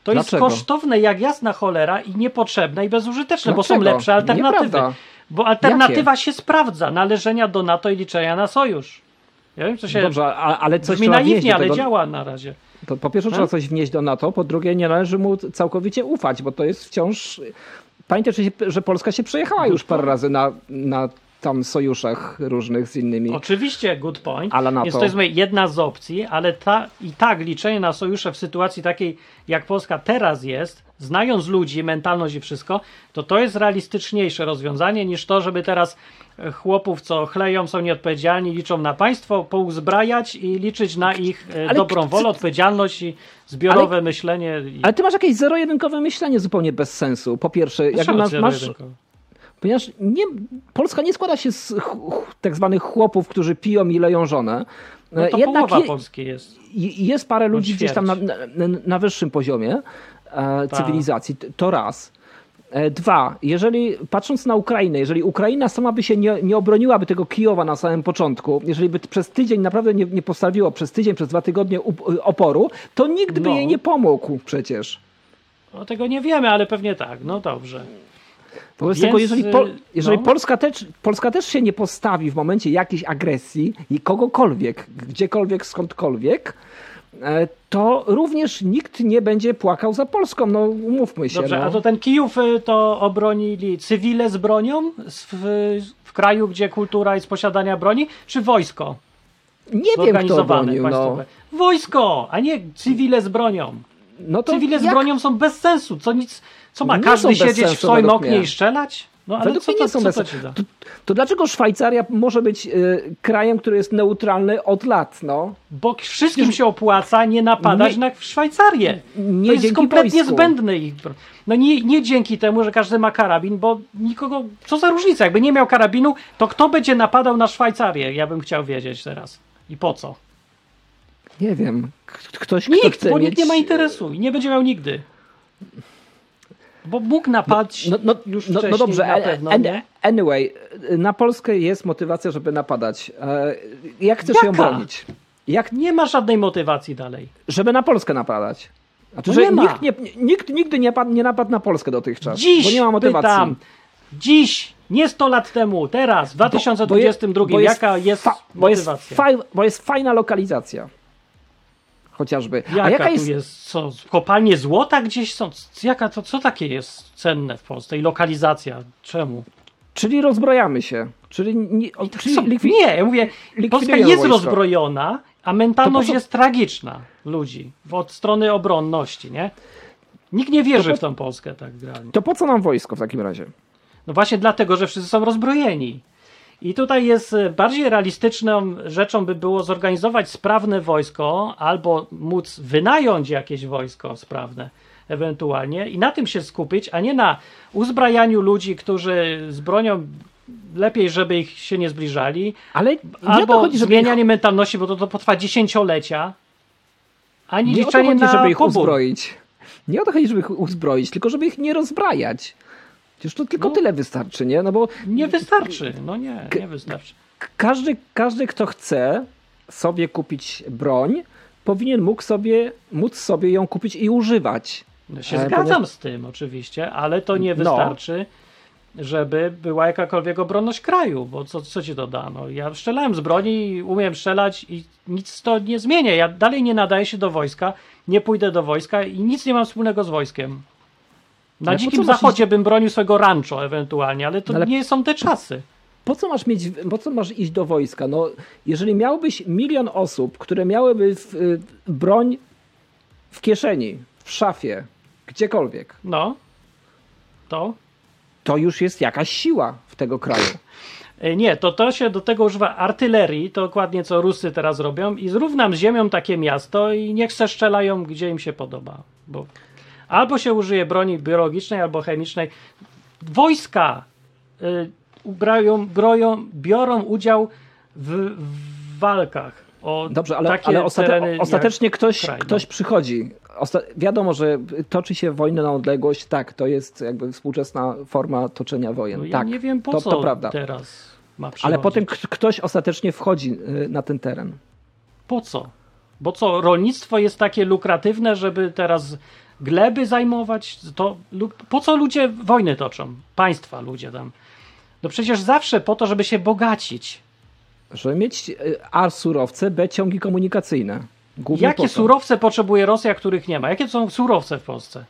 [SPEAKER 1] To
[SPEAKER 2] Dlaczego?
[SPEAKER 1] jest kosztowne jak jasna cholera i niepotrzebne i bezużyteczne,
[SPEAKER 2] Dlaczego?
[SPEAKER 1] bo są lepsze alternatywy.
[SPEAKER 2] Nieprawda.
[SPEAKER 1] Bo alternatywa Jakie? się sprawdza, należenia do NATO i liczenia na sojusz. Ja wiem, co się
[SPEAKER 2] Dobrze, a, ale coś
[SPEAKER 1] brzmi
[SPEAKER 2] trzeba wnieść
[SPEAKER 1] naiwnie,
[SPEAKER 2] do
[SPEAKER 1] ale
[SPEAKER 2] tego.
[SPEAKER 1] działa na razie.
[SPEAKER 2] To po pierwsze
[SPEAKER 1] Hmm?
[SPEAKER 2] trzeba coś wnieść do NATO, po drugie nie należy mu całkowicie ufać, bo to jest wciąż... Pamiętaj, że, się, że Polska się przejechała już parę razy na, na tam sojuszach różnych z innymi.
[SPEAKER 1] Oczywiście, good point.
[SPEAKER 2] Ale NATO.
[SPEAKER 1] Więc to jest mówię, jedna z opcji, ale ta, i tak liczenie na sojusze w sytuacji takiej, jak Polska teraz jest, znając ludzi, mentalność i wszystko, to to jest realistyczniejsze rozwiązanie niż to, żeby teraz chłopów, co chleją, są nieodpowiedzialni, liczą na państwo, pouzbrajać i liczyć na ich ale dobrą wolę, odpowiedzialność i zbiorowe ale, myślenie. I...
[SPEAKER 2] Ale ty masz jakieś zero-jedynkowe myślenie zupełnie bez sensu. Po pierwsze, jak masz, masz ponieważ nie, Polska nie składa się z ch, ch, tak zwanych chłopów, którzy piją i leją żonę.
[SPEAKER 1] No to Jednak połowa je, Polski jest.
[SPEAKER 2] Jest parę ludzi gdzieś tam na, na, na wyższym poziomie e, cywilizacji. To raz. Dwa, jeżeli patrząc na Ukrainę, jeżeli Ukraina sama by się nie, nie obroniłaby tego Kijowa na samym początku, jeżeli by przez tydzień naprawdę nie, nie postawiło przez tydzień, przez dwa tygodnie oporu, to nikt by
[SPEAKER 1] no.
[SPEAKER 2] jej nie pomógł przecież.
[SPEAKER 1] No tego nie wiemy, ale pewnie tak. No dobrze.
[SPEAKER 2] Wobec Więc, tego, jeżeli, po, jeżeli no. Polska, też, Polska też się nie postawi w momencie jakiejś agresji i kogokolwiek, gdziekolwiek, skądkolwiek, to również nikt nie będzie płakał za Polską, no umówmy się.
[SPEAKER 1] Dobrze,
[SPEAKER 2] no.
[SPEAKER 1] a to ten Kijów to obronili cywile z bronią w, w kraju, gdzie kultura jest posiadania broni, czy wojsko?
[SPEAKER 2] Nie wiem, kto bronił. No.
[SPEAKER 1] Wojsko, a nie cywile z bronią.
[SPEAKER 2] No to
[SPEAKER 1] cywile
[SPEAKER 2] jak?
[SPEAKER 1] z bronią są bez sensu. Co, nic, co ma
[SPEAKER 2] nie
[SPEAKER 1] każdy siedzieć
[SPEAKER 2] sensu,
[SPEAKER 1] w swoim oknie
[SPEAKER 2] mnie.
[SPEAKER 1] i strzelać? No ale
[SPEAKER 2] według
[SPEAKER 1] co,
[SPEAKER 2] mnie
[SPEAKER 1] to,
[SPEAKER 2] nie są
[SPEAKER 1] co
[SPEAKER 2] bez...
[SPEAKER 1] to ci da?
[SPEAKER 2] To, to dlaczego Szwajcaria może być y, krajem, który jest neutralny od lat? No?
[SPEAKER 1] Bo wszystkim się opłaca nie napadać nie, na Szwajcarię.
[SPEAKER 2] Nie
[SPEAKER 1] to jest kompletnie
[SPEAKER 2] wojsku.
[SPEAKER 1] zbędne. No nie, nie dzięki temu, że każdy ma karabin, bo nikogo... Co za różnica? Jakby nie miał karabinu, to kto będzie napadał na Szwajcarię? Ja bym chciał wiedzieć teraz. I po co?
[SPEAKER 2] Nie wiem. Ktoś,
[SPEAKER 1] nikt,
[SPEAKER 2] kto chce
[SPEAKER 1] bo
[SPEAKER 2] mieć...
[SPEAKER 1] nikt nie ma interesu i nie będzie miał nigdy. Bo mógł napaść
[SPEAKER 2] no, no,
[SPEAKER 1] już
[SPEAKER 2] no,
[SPEAKER 1] wcześniej
[SPEAKER 2] no dobrze,
[SPEAKER 1] na pewno,
[SPEAKER 2] an,
[SPEAKER 1] nie?
[SPEAKER 2] Anyway, na Polskę jest motywacja, żeby napadać. Jak chcesz
[SPEAKER 1] Jaka?
[SPEAKER 2] ją bronić? Jak...
[SPEAKER 1] Nie ma żadnej motywacji dalej.
[SPEAKER 2] Żeby na Polskę napadać. Znaczy,
[SPEAKER 1] no
[SPEAKER 2] że
[SPEAKER 1] nie
[SPEAKER 2] nikt, nie, nikt nigdy nie, pad, nie napadł na Polskę dotychczas.
[SPEAKER 1] Dziś
[SPEAKER 2] bo nie ma motywacji.
[SPEAKER 1] Pytam, dziś, nie sto lat temu, teraz, w dwa tysiące dwudziestym drugim,
[SPEAKER 2] bo jest,
[SPEAKER 1] jaka jest
[SPEAKER 2] fa,
[SPEAKER 1] motywacja?
[SPEAKER 2] Bo jest, fa, bo jest fajna lokalizacja. Chociażby.
[SPEAKER 1] Jaka,
[SPEAKER 2] A jaka
[SPEAKER 1] tu
[SPEAKER 2] jest...
[SPEAKER 1] jest? Co, kopalnie złota gdzieś są? Jaka to, co takie jest cenne w Polsce? I lokalizacja? Czemu?
[SPEAKER 2] Czyli rozbrojamy się. Czyli, nie, czyli
[SPEAKER 1] co,
[SPEAKER 2] likwi...
[SPEAKER 1] nie, ja mówię, Polska jest
[SPEAKER 2] wojsko.
[SPEAKER 1] rozbrojona, a mentalność
[SPEAKER 2] co...
[SPEAKER 1] jest tragiczna ludzi od strony obronności, nie? Nikt nie wierzy
[SPEAKER 2] po...
[SPEAKER 1] w tą Polskę tak realnie.
[SPEAKER 2] To po co nam wojsko w takim razie?
[SPEAKER 1] No właśnie dlatego, że wszyscy są rozbrojeni. I tutaj jest bardziej realistyczną rzeczą by było zorganizować sprawne wojsko albo móc wynająć jakieś wojsko sprawne ewentualnie i na tym się skupić, a nie na uzbrajaniu ludzi, którzy z bronią lepiej, żeby ich się nie zbliżali,
[SPEAKER 2] ale
[SPEAKER 1] albo
[SPEAKER 2] chodzi,
[SPEAKER 1] zmienianie
[SPEAKER 2] ich...
[SPEAKER 1] mentalności, bo to, to potrwa dziesięciolecia, ani
[SPEAKER 2] nie
[SPEAKER 1] liczenie
[SPEAKER 2] chodzi,
[SPEAKER 1] na
[SPEAKER 2] żeby ich
[SPEAKER 1] pobór.
[SPEAKER 2] uzbroić. Nie o to chodzi, żeby ich uzbroić, tylko żeby ich nie rozbrajać. Przecież to tylko no, tyle wystarczy, nie? No bo
[SPEAKER 1] nie wystarczy, no nie, nie wystarczy.
[SPEAKER 2] Każdy, każdy, kto chce sobie kupić broń, powinien mógł sobie, móc sobie ją kupić i używać.
[SPEAKER 1] No się e, zgadzam ponieważ... z tym oczywiście, ale to nie wystarczy, no. żeby była jakakolwiek obronność kraju, bo co, co ci to da? No, ja strzelałem z broni, umiem strzelać i nic to nie zmienia. Ja dalej nie nadaję się do wojska, nie pójdę do wojska i nic nie mam wspólnego z wojskiem. Na
[SPEAKER 2] ale
[SPEAKER 1] dzikim zachodzie iść... bym bronił swojego rancho ewentualnie, ale to ale... nie są te czasy.
[SPEAKER 2] Po co masz mieć, po co masz iść do wojska? No, jeżeli miałbyś milion osób, które miałyby w, y, broń w kieszeni, w szafie, gdziekolwiek.
[SPEAKER 1] No, to?
[SPEAKER 2] To już jest jakaś siła w tego kraju.
[SPEAKER 1] Nie, to, to się do tego używa artylerii, to dokładnie co Rusy teraz robią i zrównam z ziemią takie miasto i niech se strzelają, gdzie im się podoba. Bo albo się użyje broni biologicznej, albo chemicznej. Wojska y, ubrają, broją, biorą udział w, w walkach o
[SPEAKER 2] Dobrze, ale,
[SPEAKER 1] takie
[SPEAKER 2] ale ostate, ostatecznie ktoś,
[SPEAKER 1] kraj, no.
[SPEAKER 2] ktoś przychodzi. Osta wiadomo, że toczy się wojna na odległość. Tak, to jest jakby współczesna forma toczenia wojen.
[SPEAKER 1] No ja
[SPEAKER 2] tak,
[SPEAKER 1] nie wiem po
[SPEAKER 2] to,
[SPEAKER 1] co
[SPEAKER 2] to prawda.
[SPEAKER 1] teraz ma przychodzić.
[SPEAKER 2] Ale potem ktoś ostatecznie wchodzi na ten teren.
[SPEAKER 1] Po co? Bo co, rolnictwo jest takie lukratywne, żeby teraz gleby zajmować? To, po co ludzie wojny toczą? Państwa ludzie tam. No przecież zawsze po to, żeby się bogacić.
[SPEAKER 2] Żeby mieć A surowce, B ciągi komunikacyjne. Głównie
[SPEAKER 1] Jakie surowce potrzebuje Rosja, których nie ma? Jakie są surowce w Polsce?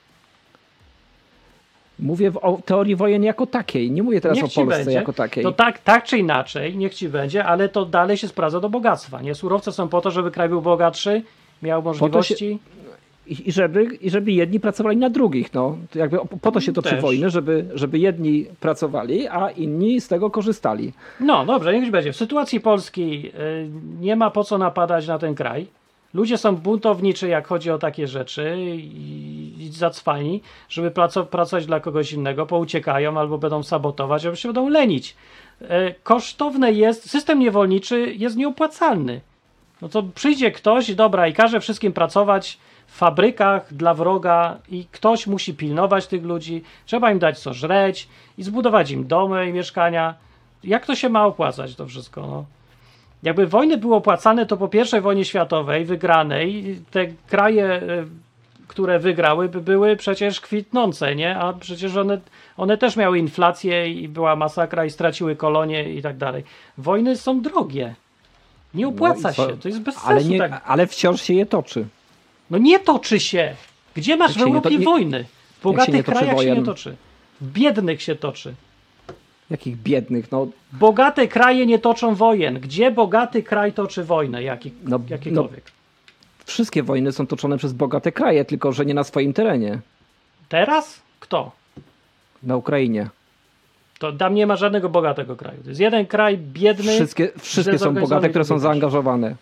[SPEAKER 2] Mówię o teorii wojen jako takiej. Nie mówię teraz
[SPEAKER 1] Niech
[SPEAKER 2] o Polsce
[SPEAKER 1] będzie.
[SPEAKER 2] jako takiej.
[SPEAKER 1] To tak, tak czy inaczej, niech ci będzie, ale to dalej się sprawdza do bogactwa. Nie? Surowce są po to, żeby kraj był bogatszy, miał możliwości.
[SPEAKER 2] Się, i, żeby, I żeby jedni pracowali na drugich. No. To jakby po to się toczy
[SPEAKER 1] Też.
[SPEAKER 2] wojny, żeby, żeby jedni pracowali, a inni z tego korzystali.
[SPEAKER 1] No dobrze, niech będzie. W sytuacji Polski y, nie ma po co napadać na ten kraj. Ludzie są buntowniczy, jak chodzi o takie rzeczy i, i zacwani, żeby praco- pracować dla kogoś innego, pouciekają albo będą sabotować, albo się będą lenić. E, kosztowne jest, system niewolniczy jest nieopłacalny. No to przyjdzie ktoś, dobra, i każe wszystkim pracować w fabrykach dla wroga i ktoś musi pilnować tych ludzi, trzeba im dać co żreć i zbudować im domy i mieszkania. Jak to się ma opłacać to wszystko, no? Jakby wojny były opłacane, to po pierwszej wojnie światowej wygranej te kraje, które wygrały, by były przecież kwitnące, nie? A przecież one, one też miały inflację i była masakra i straciły kolonie i tak dalej. Wojny są drogie. Nie opłaca
[SPEAKER 2] No co,
[SPEAKER 1] się, to jest bez sensu.
[SPEAKER 2] Ale, nie,
[SPEAKER 1] tak.
[SPEAKER 2] ale wciąż się je toczy.
[SPEAKER 1] No nie toczy się. Gdzie masz
[SPEAKER 2] Jak
[SPEAKER 1] w Europie
[SPEAKER 2] to, nie,
[SPEAKER 1] wojny? W bogatych
[SPEAKER 2] nie
[SPEAKER 1] krajach
[SPEAKER 2] wojen?
[SPEAKER 1] się nie toczy. W biednych się toczy.
[SPEAKER 2] Jakich biednych, no.
[SPEAKER 1] Bogate kraje nie toczą wojen. Gdzie bogaty kraj toczy wojnę? Jaki,
[SPEAKER 2] No,
[SPEAKER 1] jakikolwiek?
[SPEAKER 2] No, wszystkie wojny są toczone przez bogate kraje, tylko że nie na swoim terenie.
[SPEAKER 1] Teraz? Kto?
[SPEAKER 2] Na Ukrainie.
[SPEAKER 1] To tam nie ma żadnego bogatego kraju. To jest jeden kraj biedny.
[SPEAKER 2] Wszystkie, wszystkie są bogate, które są
[SPEAKER 1] ludności.
[SPEAKER 2] zaangażowane.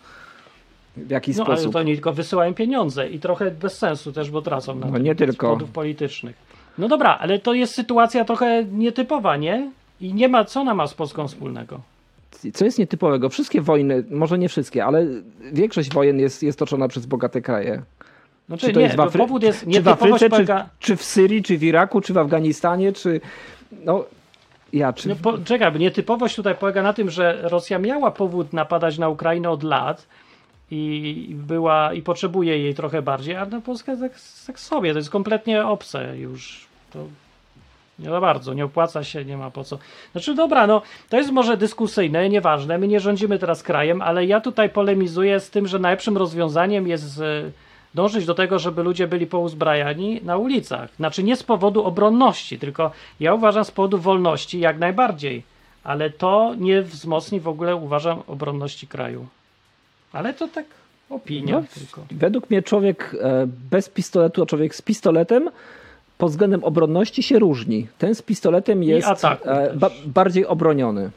[SPEAKER 2] W jakiś
[SPEAKER 1] no, ale
[SPEAKER 2] sposób.
[SPEAKER 1] to oni tylko wysyłają pieniądze i trochę bez sensu też, bo tracą na
[SPEAKER 2] No
[SPEAKER 1] tym
[SPEAKER 2] nie
[SPEAKER 1] z
[SPEAKER 2] tylko.
[SPEAKER 1] powodów politycznych. No dobra, ale to jest sytuacja trochę nietypowa, nie? I nie ma, co ona ma z Polską wspólnego?
[SPEAKER 2] Co jest nietypowego? Wszystkie wojny, może nie wszystkie, ale większość wojen jest, jest toczona przez bogate kraje.
[SPEAKER 1] Znaczy,
[SPEAKER 2] Czy to
[SPEAKER 1] nie,
[SPEAKER 2] jest w Afry...
[SPEAKER 1] powód jest
[SPEAKER 2] czy w
[SPEAKER 1] nietypowość
[SPEAKER 2] Afryce,
[SPEAKER 1] polega...
[SPEAKER 2] czy, czy w Syrii, czy w Iraku, czy w Afganistanie, czy... No, ja, czy...
[SPEAKER 1] No, po, czekaj, nietypowość tutaj polega na tym, że Rosja miała powód napadać na Ukrainę od lat i była i potrzebuje jej trochę bardziej, a na Polskę tak, tak sobie, to jest kompletnie obce już. To nie za bardzo, nie opłaca się, nie ma po co. Znaczy dobra, no to jest może dyskusyjne, nieważne, my nie rządzimy teraz krajem, ale ja tutaj polemizuję z tym, że najlepszym rozwiązaniem jest y, dążyć do tego, żeby ludzie byli pouzbrajani na ulicach. Znaczy nie z powodu obronności, tylko ja uważam z powodu wolności jak najbardziej, ale to nie wzmocni w ogóle, uważam, obronności kraju. Ale to tak opinia
[SPEAKER 2] No,
[SPEAKER 1] tylko.
[SPEAKER 2] według mnie człowiek e, bez pistoletu, a człowiek z pistoletem pod względem obronności się różni. Ten z pistoletem jest
[SPEAKER 1] ataku
[SPEAKER 2] e, ba, bardziej obroniony.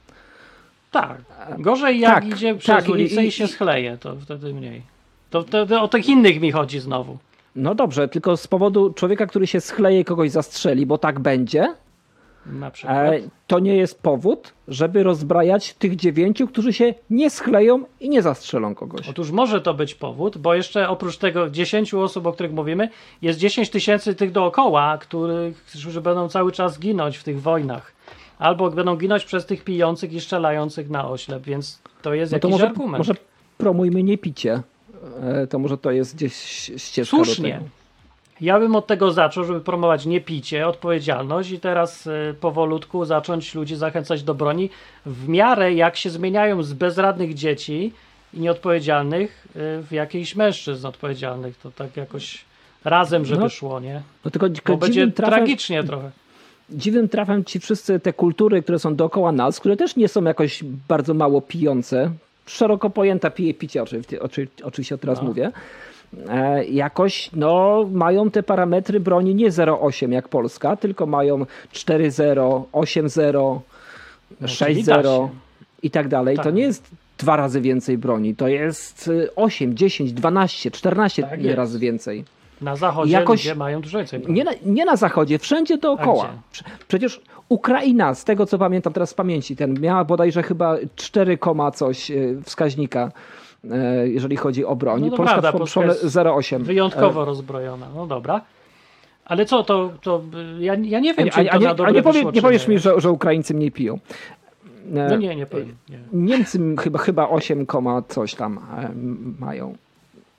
[SPEAKER 1] Tak. Gorzej jak
[SPEAKER 2] Tak,
[SPEAKER 1] idzie przez
[SPEAKER 2] tak, i-
[SPEAKER 1] ulicę i,
[SPEAKER 2] i-
[SPEAKER 1] się schleje, to wtedy mniej. To wtedy o tych innych mi chodzi znowu.
[SPEAKER 2] No dobrze, tylko z powodu człowieka, który się schleje i kogoś zastrzeli, bo tak będzie,
[SPEAKER 1] Na przykład.
[SPEAKER 2] e, to nie jest powód, żeby rozbrajać tych dziewięciu, którzy się nie schleją i nie zastrzelą kogoś.
[SPEAKER 1] Otóż może to być powód, bo jeszcze oprócz tego dziesięciu osób, o których mówimy, jest dziesięć tysięcy tych dookoła, których, którzy będą cały czas ginąć w tych wojnach. Albo będą ginąć przez tych pijących i strzelających na oślep, więc to jest
[SPEAKER 2] No to
[SPEAKER 1] jakiś
[SPEAKER 2] może,
[SPEAKER 1] argument.
[SPEAKER 2] może promujmy nie picie. E, to może to jest gdzieś ścieżka do
[SPEAKER 1] Słusznie.
[SPEAKER 2] tego.
[SPEAKER 1] Ja bym od tego zaczął, żeby promować niepicie, odpowiedzialność i teraz y, powolutku zacząć ludzi zachęcać do broni w miarę jak się zmieniają z bezradnych dzieci i nieodpowiedzialnych y, w jakichś mężczyzn odpowiedzialnych. To tak jakoś razem, żeby
[SPEAKER 2] No,
[SPEAKER 1] szło, nie?
[SPEAKER 2] No tylko,
[SPEAKER 1] Bo
[SPEAKER 2] tylko
[SPEAKER 1] będzie
[SPEAKER 2] dziwnym trafem,
[SPEAKER 1] tragicznie trochę.
[SPEAKER 2] dziwnym trafem ci wszyscy te kultury, które są dookoła nas, które też nie są jakoś bardzo mało pijące, szeroko pojęta pije picie, oczywiście, oczywiście teraz
[SPEAKER 1] No.
[SPEAKER 2] mówię, e, jakoś no, mają te parametry broni nie zero przecinek osiem jak Polska, tylko mają cztery zero, osiem zero,
[SPEAKER 1] No,
[SPEAKER 2] sześć
[SPEAKER 1] widać.
[SPEAKER 2] zero i tak dalej.
[SPEAKER 1] Tak.
[SPEAKER 2] To nie jest dwa razy więcej broni, to jest y, osiem, dziesięć, dwanaście, czternaście
[SPEAKER 1] Tak jest.
[SPEAKER 2] razy więcej.
[SPEAKER 1] Na zachodzie
[SPEAKER 2] Jakoś-
[SPEAKER 1] ludzie mają dużo więcej.
[SPEAKER 2] Nie na, nie na zachodzie, wszędzie dookoła.
[SPEAKER 1] gdzie?
[SPEAKER 2] Prze- Przecież Ukraina, z tego co pamiętam teraz z pamięci, ten miała bodajże chyba cztery, coś y, wskaźnika, y, jeżeli chodzi o broń.
[SPEAKER 1] No to
[SPEAKER 2] Polska
[SPEAKER 1] prawda,
[SPEAKER 2] w
[SPEAKER 1] Polska
[SPEAKER 2] szole
[SPEAKER 1] jest
[SPEAKER 2] zero przecinek osiem.
[SPEAKER 1] Wyjątkowo rozbrojona. No dobra. Ale co, to, to y, ja, ja nie
[SPEAKER 2] A,
[SPEAKER 1] wiem,
[SPEAKER 2] nie-
[SPEAKER 1] czy
[SPEAKER 2] a,
[SPEAKER 1] to
[SPEAKER 2] a, nie,
[SPEAKER 1] na
[SPEAKER 2] a
[SPEAKER 1] dobre
[SPEAKER 2] nie, powie,
[SPEAKER 1] wyszło,
[SPEAKER 2] nie
[SPEAKER 1] czy
[SPEAKER 2] powiesz mi, że, że Ukraińcy mniej piją. E,
[SPEAKER 1] No nie, nie powiem. Nie.
[SPEAKER 2] Niemcy chyba, chyba osiem, coś tam e, mają.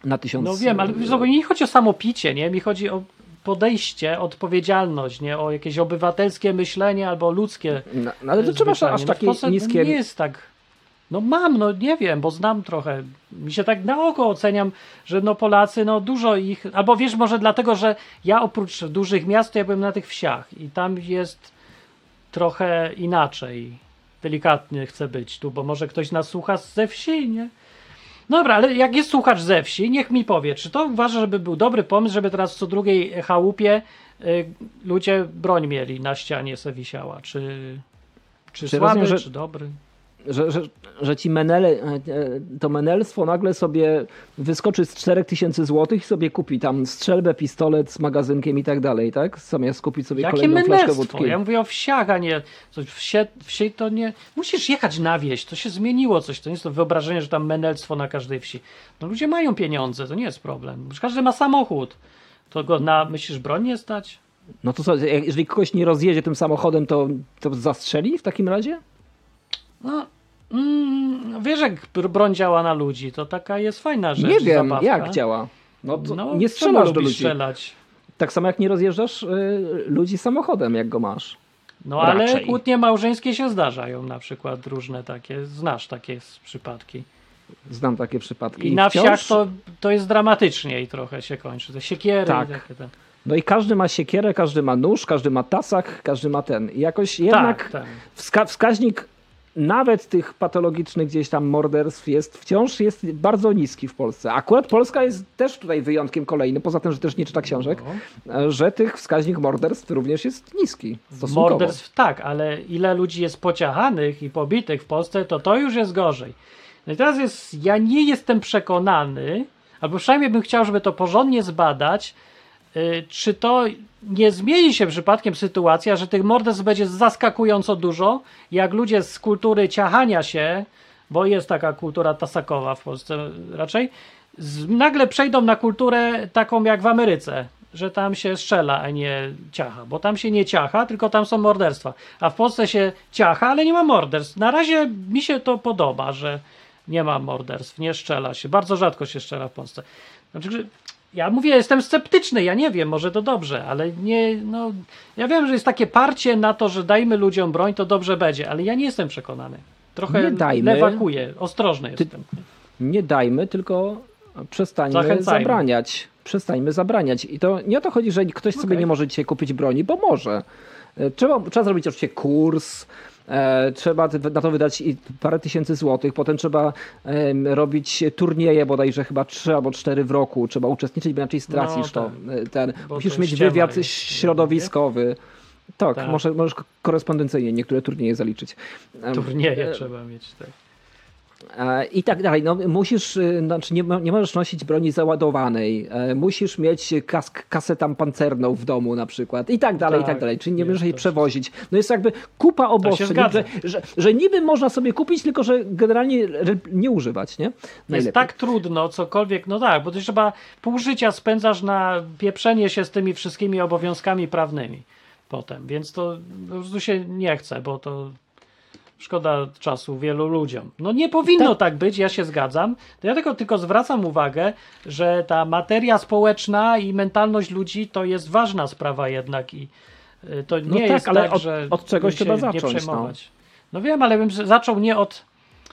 [SPEAKER 2] na tysiąc...
[SPEAKER 1] No wiem, ale mi nie chodzi o samo picie, nie? Mi chodzi o podejście, odpowiedzialność, nie? O jakieś obywatelskie myślenie albo ludzkie.
[SPEAKER 2] No, no ale to czy masz aż
[SPEAKER 1] no,
[SPEAKER 2] takie
[SPEAKER 1] Polsce
[SPEAKER 2] niskie...
[SPEAKER 1] nie jest tak. No mam, no nie wiem, bo znam trochę. Mi się tak na oko oceniam, że no Polacy, no dużo ich, albo wiesz, może dlatego, że ja oprócz dużych miast, to ja byłem na tych wsiach i tam jest trochę inaczej. Delikatny chcę być tu, bo może ktoś nas słucha ze wsi, nie? Dobra, ale jak jest słuchacz ze wsi, niech mi powie, czy to uważa, żeby był dobry pomysł, żeby teraz w co drugiej chałupie y, ludzie broń mieli na ścianie se wisiała, czy, czy,
[SPEAKER 2] Czy
[SPEAKER 1] słaby,
[SPEAKER 2] rozumiem, że-
[SPEAKER 1] czy dobry?
[SPEAKER 2] Że, że, że ci menele, e, e, to menelstwo nagle sobie wyskoczy z czterech tysięcy złotych i sobie kupi tam strzelbę, pistolet z magazynkiem i tak dalej, tak? Zamiast kupić sobie
[SPEAKER 1] Jakie
[SPEAKER 2] kolejną flaszkę
[SPEAKER 1] menelstwo?
[SPEAKER 2] wódki.
[SPEAKER 1] Ja mówię o wsiach, a nie coś wsie, wsi to nie... Musisz jechać na wieś, to się zmieniło coś, to nie jest to wyobrażenie, że tam menelstwo na każdej wsi. No ludzie mają pieniądze, to nie jest problem. Każdy ma samochód. To go na, myślisz, broń nie stać?
[SPEAKER 2] No to co, jak- jeżeli kogoś nie rozjedzie tym samochodem, to, to zastrzeli w takim razie?
[SPEAKER 1] No, mm, wiesz jak broń działa na ludzi, to taka jest fajna rzecz.
[SPEAKER 2] Nie wiem,
[SPEAKER 1] zabawka.
[SPEAKER 2] jak działa. No, to
[SPEAKER 1] No,
[SPEAKER 2] nie
[SPEAKER 1] czemu
[SPEAKER 2] strzelasz do
[SPEAKER 1] lubisz
[SPEAKER 2] ludzi.
[SPEAKER 1] strzelać?
[SPEAKER 2] Tak samo jak nie rozjeżdżasz y, ludzi samochodem, jak go masz.
[SPEAKER 1] No ale
[SPEAKER 2] Raczej.
[SPEAKER 1] kłótnie małżeńskie się zdarzają na przykład różne takie, znasz takie przypadki.
[SPEAKER 2] Znam takie przypadki.
[SPEAKER 1] I na
[SPEAKER 2] wciąż-
[SPEAKER 1] wsiach to, to jest dramatycznie i trochę się kończy. Te siekiery
[SPEAKER 2] Tak.
[SPEAKER 1] i takie te...
[SPEAKER 2] No i każdy ma siekierę, każdy ma nóż, każdy ma tasak, każdy ma ten. I jakoś jednak
[SPEAKER 1] Tak, tak.
[SPEAKER 2] wska- wskaźnik nawet tych patologicznych gdzieś tam morderstw jest wciąż jest bardzo niski w Polsce. Akurat Polska jest też tutaj wyjątkiem kolejnym, poza tym, że też nie czyta książek,
[SPEAKER 1] No.
[SPEAKER 2] że tych wskaźnik morderstw również jest niski. Stosunkowo.
[SPEAKER 1] Morderstw tak, ale ile ludzi jest pociachanych i pobitych w Polsce, to to już jest gorzej. No i teraz jest, ja nie jestem przekonany, albo przynajmniej bym chciał, żeby to porządnie zbadać, yy, czy to nie zmieni się przypadkiem sytuacja, że tych morderstw będzie zaskakująco dużo, jak ludzie z kultury ciachania się, bo jest taka kultura tasakowa w Polsce raczej, z, nagle przejdą na kulturę taką jak w Ameryce, że tam się strzela, a nie ciacha, bo tam się nie ciacha, tylko tam są morderstwa, a w Polsce się ciacha, ale nie ma morderstw. Na razie mi się to podoba, że nie ma morderstw, nie strzela się, bardzo rzadko się strzela w Polsce. Znaczy, że ja mówię, jestem sceptyczny, ja nie wiem, może to dobrze, ale nie, no, ja wiem, że jest takie parcie na to, że dajmy ludziom broń, to dobrze będzie, ale ja nie jestem przekonany. Trochę
[SPEAKER 2] Nie dajmy.
[SPEAKER 1] lewakuję, ostrożny jestem.
[SPEAKER 2] Nie dajmy, tylko przestańmy
[SPEAKER 1] Zachęcajmy.
[SPEAKER 2] zabraniać. Przestańmy zabraniać. I to nie o to chodzi, że ktoś sobie
[SPEAKER 1] Okej.
[SPEAKER 2] nie może dzisiaj kupić broni, bo może. E, Trzeba, trzeba zrobić oczywiście kurs, e, trzeba ty- na to wydać i parę tysięcy złotych, potem trzeba em, robić turnieje bodajże chyba trzy albo cztery w roku, trzeba uczestniczyć, bo inaczej stracisz
[SPEAKER 1] No,
[SPEAKER 2] to. e, Ten,
[SPEAKER 1] Bo
[SPEAKER 2] musisz
[SPEAKER 1] to
[SPEAKER 2] mieć
[SPEAKER 1] ściema
[SPEAKER 2] wywiad
[SPEAKER 1] jest,
[SPEAKER 2] środowiskowy. Tak,
[SPEAKER 1] Tak.
[SPEAKER 2] Może, możesz korespondencyjnie niektóre turnieje zaliczyć. Em,
[SPEAKER 1] Turnieje
[SPEAKER 2] e,
[SPEAKER 1] trzeba mieć, tak.
[SPEAKER 2] E, I tak dalej. No, musisz, y, znaczy nie, mo- nie możesz nosić broni załadowanej, e, musisz mieć kask, kasetę pancerną w domu na przykład i tak dalej, i tak
[SPEAKER 1] Tak,
[SPEAKER 2] dalej. Czyli nie
[SPEAKER 1] jest
[SPEAKER 2] możesz jej
[SPEAKER 1] to
[SPEAKER 2] przewozić. No jest jakby kupa obostrzeń,
[SPEAKER 1] zgadza.
[SPEAKER 2] że, że, że niby można sobie kupić, tylko że generalnie re- nie używać, nie?
[SPEAKER 1] Jest tak trudno, cokolwiek, no tak, bo to trzeba pół życia spędzasz na pieprzenie się z tymi wszystkimi obowiązkami prawnymi potem, więc to po prostu się nie chce, bo to szkoda czasu wielu ludziom. No nie powinno tak, tak być, ja się zgadzam. To ja tylko, tylko zwracam uwagę, że ta materia społeczna i mentalność ludzi to jest ważna sprawa jednak i y, to nie
[SPEAKER 2] No tak,
[SPEAKER 1] jest
[SPEAKER 2] ale
[SPEAKER 1] tak,
[SPEAKER 2] od-
[SPEAKER 1] że
[SPEAKER 2] od czegoś
[SPEAKER 1] się
[SPEAKER 2] trzeba
[SPEAKER 1] nie
[SPEAKER 2] zacząć, no.
[SPEAKER 1] przejmować. No wiem, ale bym zaczął nie od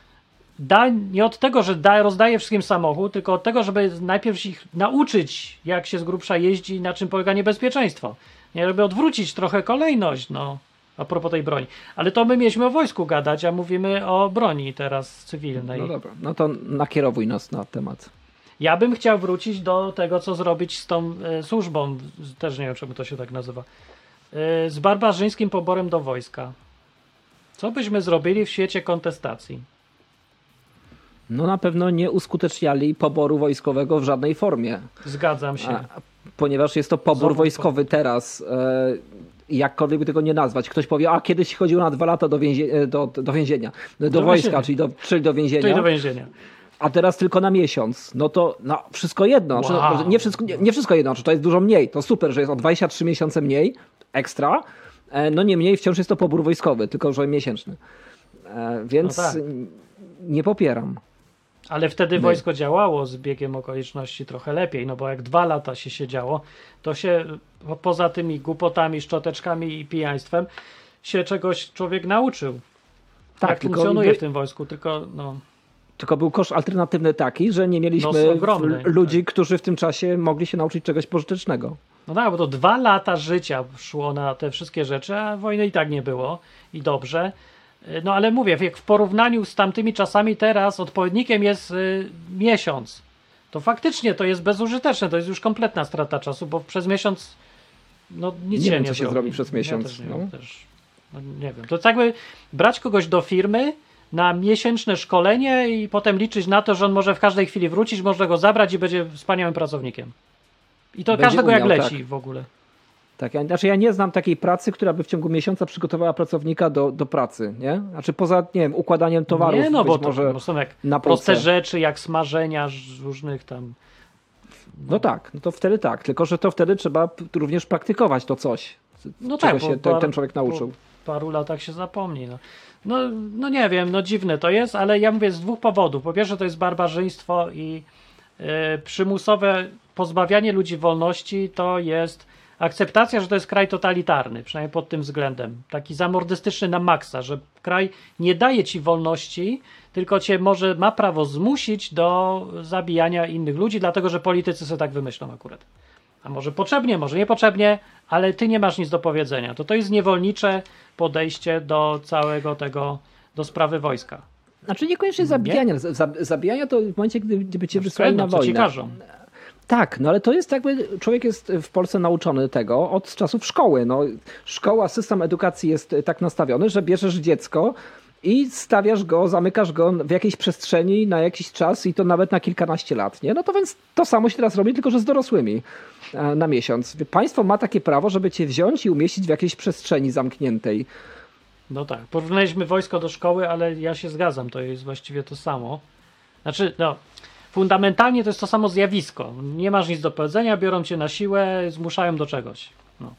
[SPEAKER 1] Da, nie od tego, że da, rozdaje wszystkim samochód, tylko od tego, żeby najpierw ich nauczyć, jak się z grubsza jeździ i na czym polega niebezpieczeństwo. Nie, żeby odwrócić trochę kolejność, no, a propos tej broni. Ale to my mieliśmy o wojsku gadać, a mówimy o broni teraz cywilnej.
[SPEAKER 2] No dobra, no to nakierowuj nas na temat.
[SPEAKER 1] Ja bym chciał wrócić do tego, co zrobić z tą e, służbą, z- też nie wiem, czemu to się tak nazywa, e, z barbarzyńskim poborem do wojska. Co byśmy zrobili w świecie kontestacji?
[SPEAKER 2] No na pewno nie uskuteczniali poboru wojskowego w żadnej formie.
[SPEAKER 1] Zgadzam się.
[SPEAKER 2] A, ponieważ jest to pobór
[SPEAKER 1] Zawód
[SPEAKER 2] wojskowy teraz, e, jakkolwiek by tego nie nazwać. Ktoś powie, a kiedyś chodziło na dwa lata do, więzie, do, do więzienia, do,
[SPEAKER 1] Do
[SPEAKER 2] wojska,
[SPEAKER 1] więzienia.
[SPEAKER 2] czyli do, czyli do
[SPEAKER 1] To i
[SPEAKER 2] więzienia,
[SPEAKER 1] do więzienia.
[SPEAKER 2] a teraz tylko na miesiąc. No to no, wszystko jedno,
[SPEAKER 1] Wow.
[SPEAKER 2] znaczy, może nie, wszystko, nie, nie wszystko jedno, znaczy, to jest dużo mniej. To super, że jest o dwadzieścia trzy miesiące mniej, ekstra, e, no niemniej wciąż jest to pobór wojskowy, tylko że miesięczny. E, więc
[SPEAKER 1] No tak.
[SPEAKER 2] nie popieram.
[SPEAKER 1] Ale wtedy
[SPEAKER 2] My.
[SPEAKER 1] wojsko działało z biegiem okoliczności trochę lepiej, no bo jak dwa lata się siedziało, to się po- poza tymi głupotami, szczoteczkami i pijaństwem się czegoś człowiek nauczył.
[SPEAKER 2] Tak,
[SPEAKER 1] jak
[SPEAKER 2] tylko
[SPEAKER 1] funkcjonuje
[SPEAKER 2] jakby-
[SPEAKER 1] w tym wojsku, tylko no...
[SPEAKER 2] Tylko był koszt alternatywny taki, że nie mieliśmy
[SPEAKER 1] No, ogromny,
[SPEAKER 2] l- ludzi, którzy w tym czasie mogli się nauczyć czegoś pożytecznego.
[SPEAKER 1] No tak, bo to dwa lata życia szło na te wszystkie rzeczy, a wojny i tak nie było i dobrze. No ale mówię, jak w porównaniu z tamtymi czasami teraz odpowiednikiem jest y, miesiąc, to faktycznie to jest bezużyteczne, to jest już kompletna strata czasu, bo przez miesiąc no nic
[SPEAKER 2] Nie
[SPEAKER 1] się
[SPEAKER 2] wiem,
[SPEAKER 1] nie
[SPEAKER 2] co się
[SPEAKER 1] zrobi.
[SPEAKER 2] zrobi przez miesiąc,
[SPEAKER 1] Ja też nie,
[SPEAKER 2] no.
[SPEAKER 1] wiem, też, no, nie wiem. To jest jakby brać kogoś do firmy na miesięczne szkolenie i potem liczyć na to, że on może w każdej chwili wrócić, można go zabrać i będzie wspaniałym pracownikiem. I to
[SPEAKER 2] Będzie
[SPEAKER 1] każdego jak
[SPEAKER 2] umiał,
[SPEAKER 1] leci
[SPEAKER 2] tak.
[SPEAKER 1] w ogóle.
[SPEAKER 2] Tak, ja, znaczy ja nie znam takiej pracy, która by w ciągu miesiąca przygotowała pracownika do, do pracy, nie? Znaczy poza, nie wiem, układaniem towarów,
[SPEAKER 1] Nie, no
[SPEAKER 2] być
[SPEAKER 1] bo to
[SPEAKER 2] może
[SPEAKER 1] no są jak
[SPEAKER 2] na
[SPEAKER 1] proste
[SPEAKER 2] półce.
[SPEAKER 1] rzeczy, jak smażenia ż- różnych tam.
[SPEAKER 2] No tak, no to wtedy tak, tylko że to wtedy trzeba p- również praktykować to coś,
[SPEAKER 1] No
[SPEAKER 2] czego
[SPEAKER 1] tak,
[SPEAKER 2] się
[SPEAKER 1] bo
[SPEAKER 2] ten,
[SPEAKER 1] par-
[SPEAKER 2] ten człowiek nauczył.
[SPEAKER 1] Po paru latach się zapomni. No. No, no nie wiem, no dziwne to jest, ale ja mówię z dwóch powodów. Po pierwsze to jest barbarzyństwo i e, przymusowe pozbawianie ludzi wolności to jest akceptacja, że to jest kraj totalitarny, przynajmniej pod tym względem. Taki zamordystyczny na maksa, że kraj nie daje ci wolności, tylko cię może ma prawo zmusić do zabijania innych ludzi, dlatego że politycy sobie tak wymyślą akurat. A może potrzebnie, może niepotrzebnie, ale ty nie masz nic do powiedzenia. To to jest niewolnicze podejście do całego tego, do sprawy wojska.
[SPEAKER 2] Znaczy niekoniecznie zabijania, z- za- zabijania to w momencie, gdy, gdyby cię wysłali na
[SPEAKER 1] No, co ci
[SPEAKER 2] wojnę.
[SPEAKER 1] każą.
[SPEAKER 2] Tak, no ale to jest jakby, człowiek jest w Polsce nauczony tego od czasów szkoły. No, szkoła, system edukacji jest tak nastawiony, że bierzesz dziecko i stawiasz go, zamykasz go w jakiejś przestrzeni na jakiś czas i to nawet na kilkanaście lat, nie? No to więc to samo się teraz robi, tylko że z dorosłymi e, na miesiąc. Państwo ma takie prawo, żeby cię wziąć i umieścić w jakiejś przestrzeni zamkniętej.
[SPEAKER 1] No tak, porównaliśmy wojsko do szkoły, ale ja się zgadzam, to jest właściwie to samo. Znaczy, no, fundamentalnie to jest to samo zjawisko. Nie masz nic do powiedzenia, biorą cię na siłę, zmuszają do czegoś. No.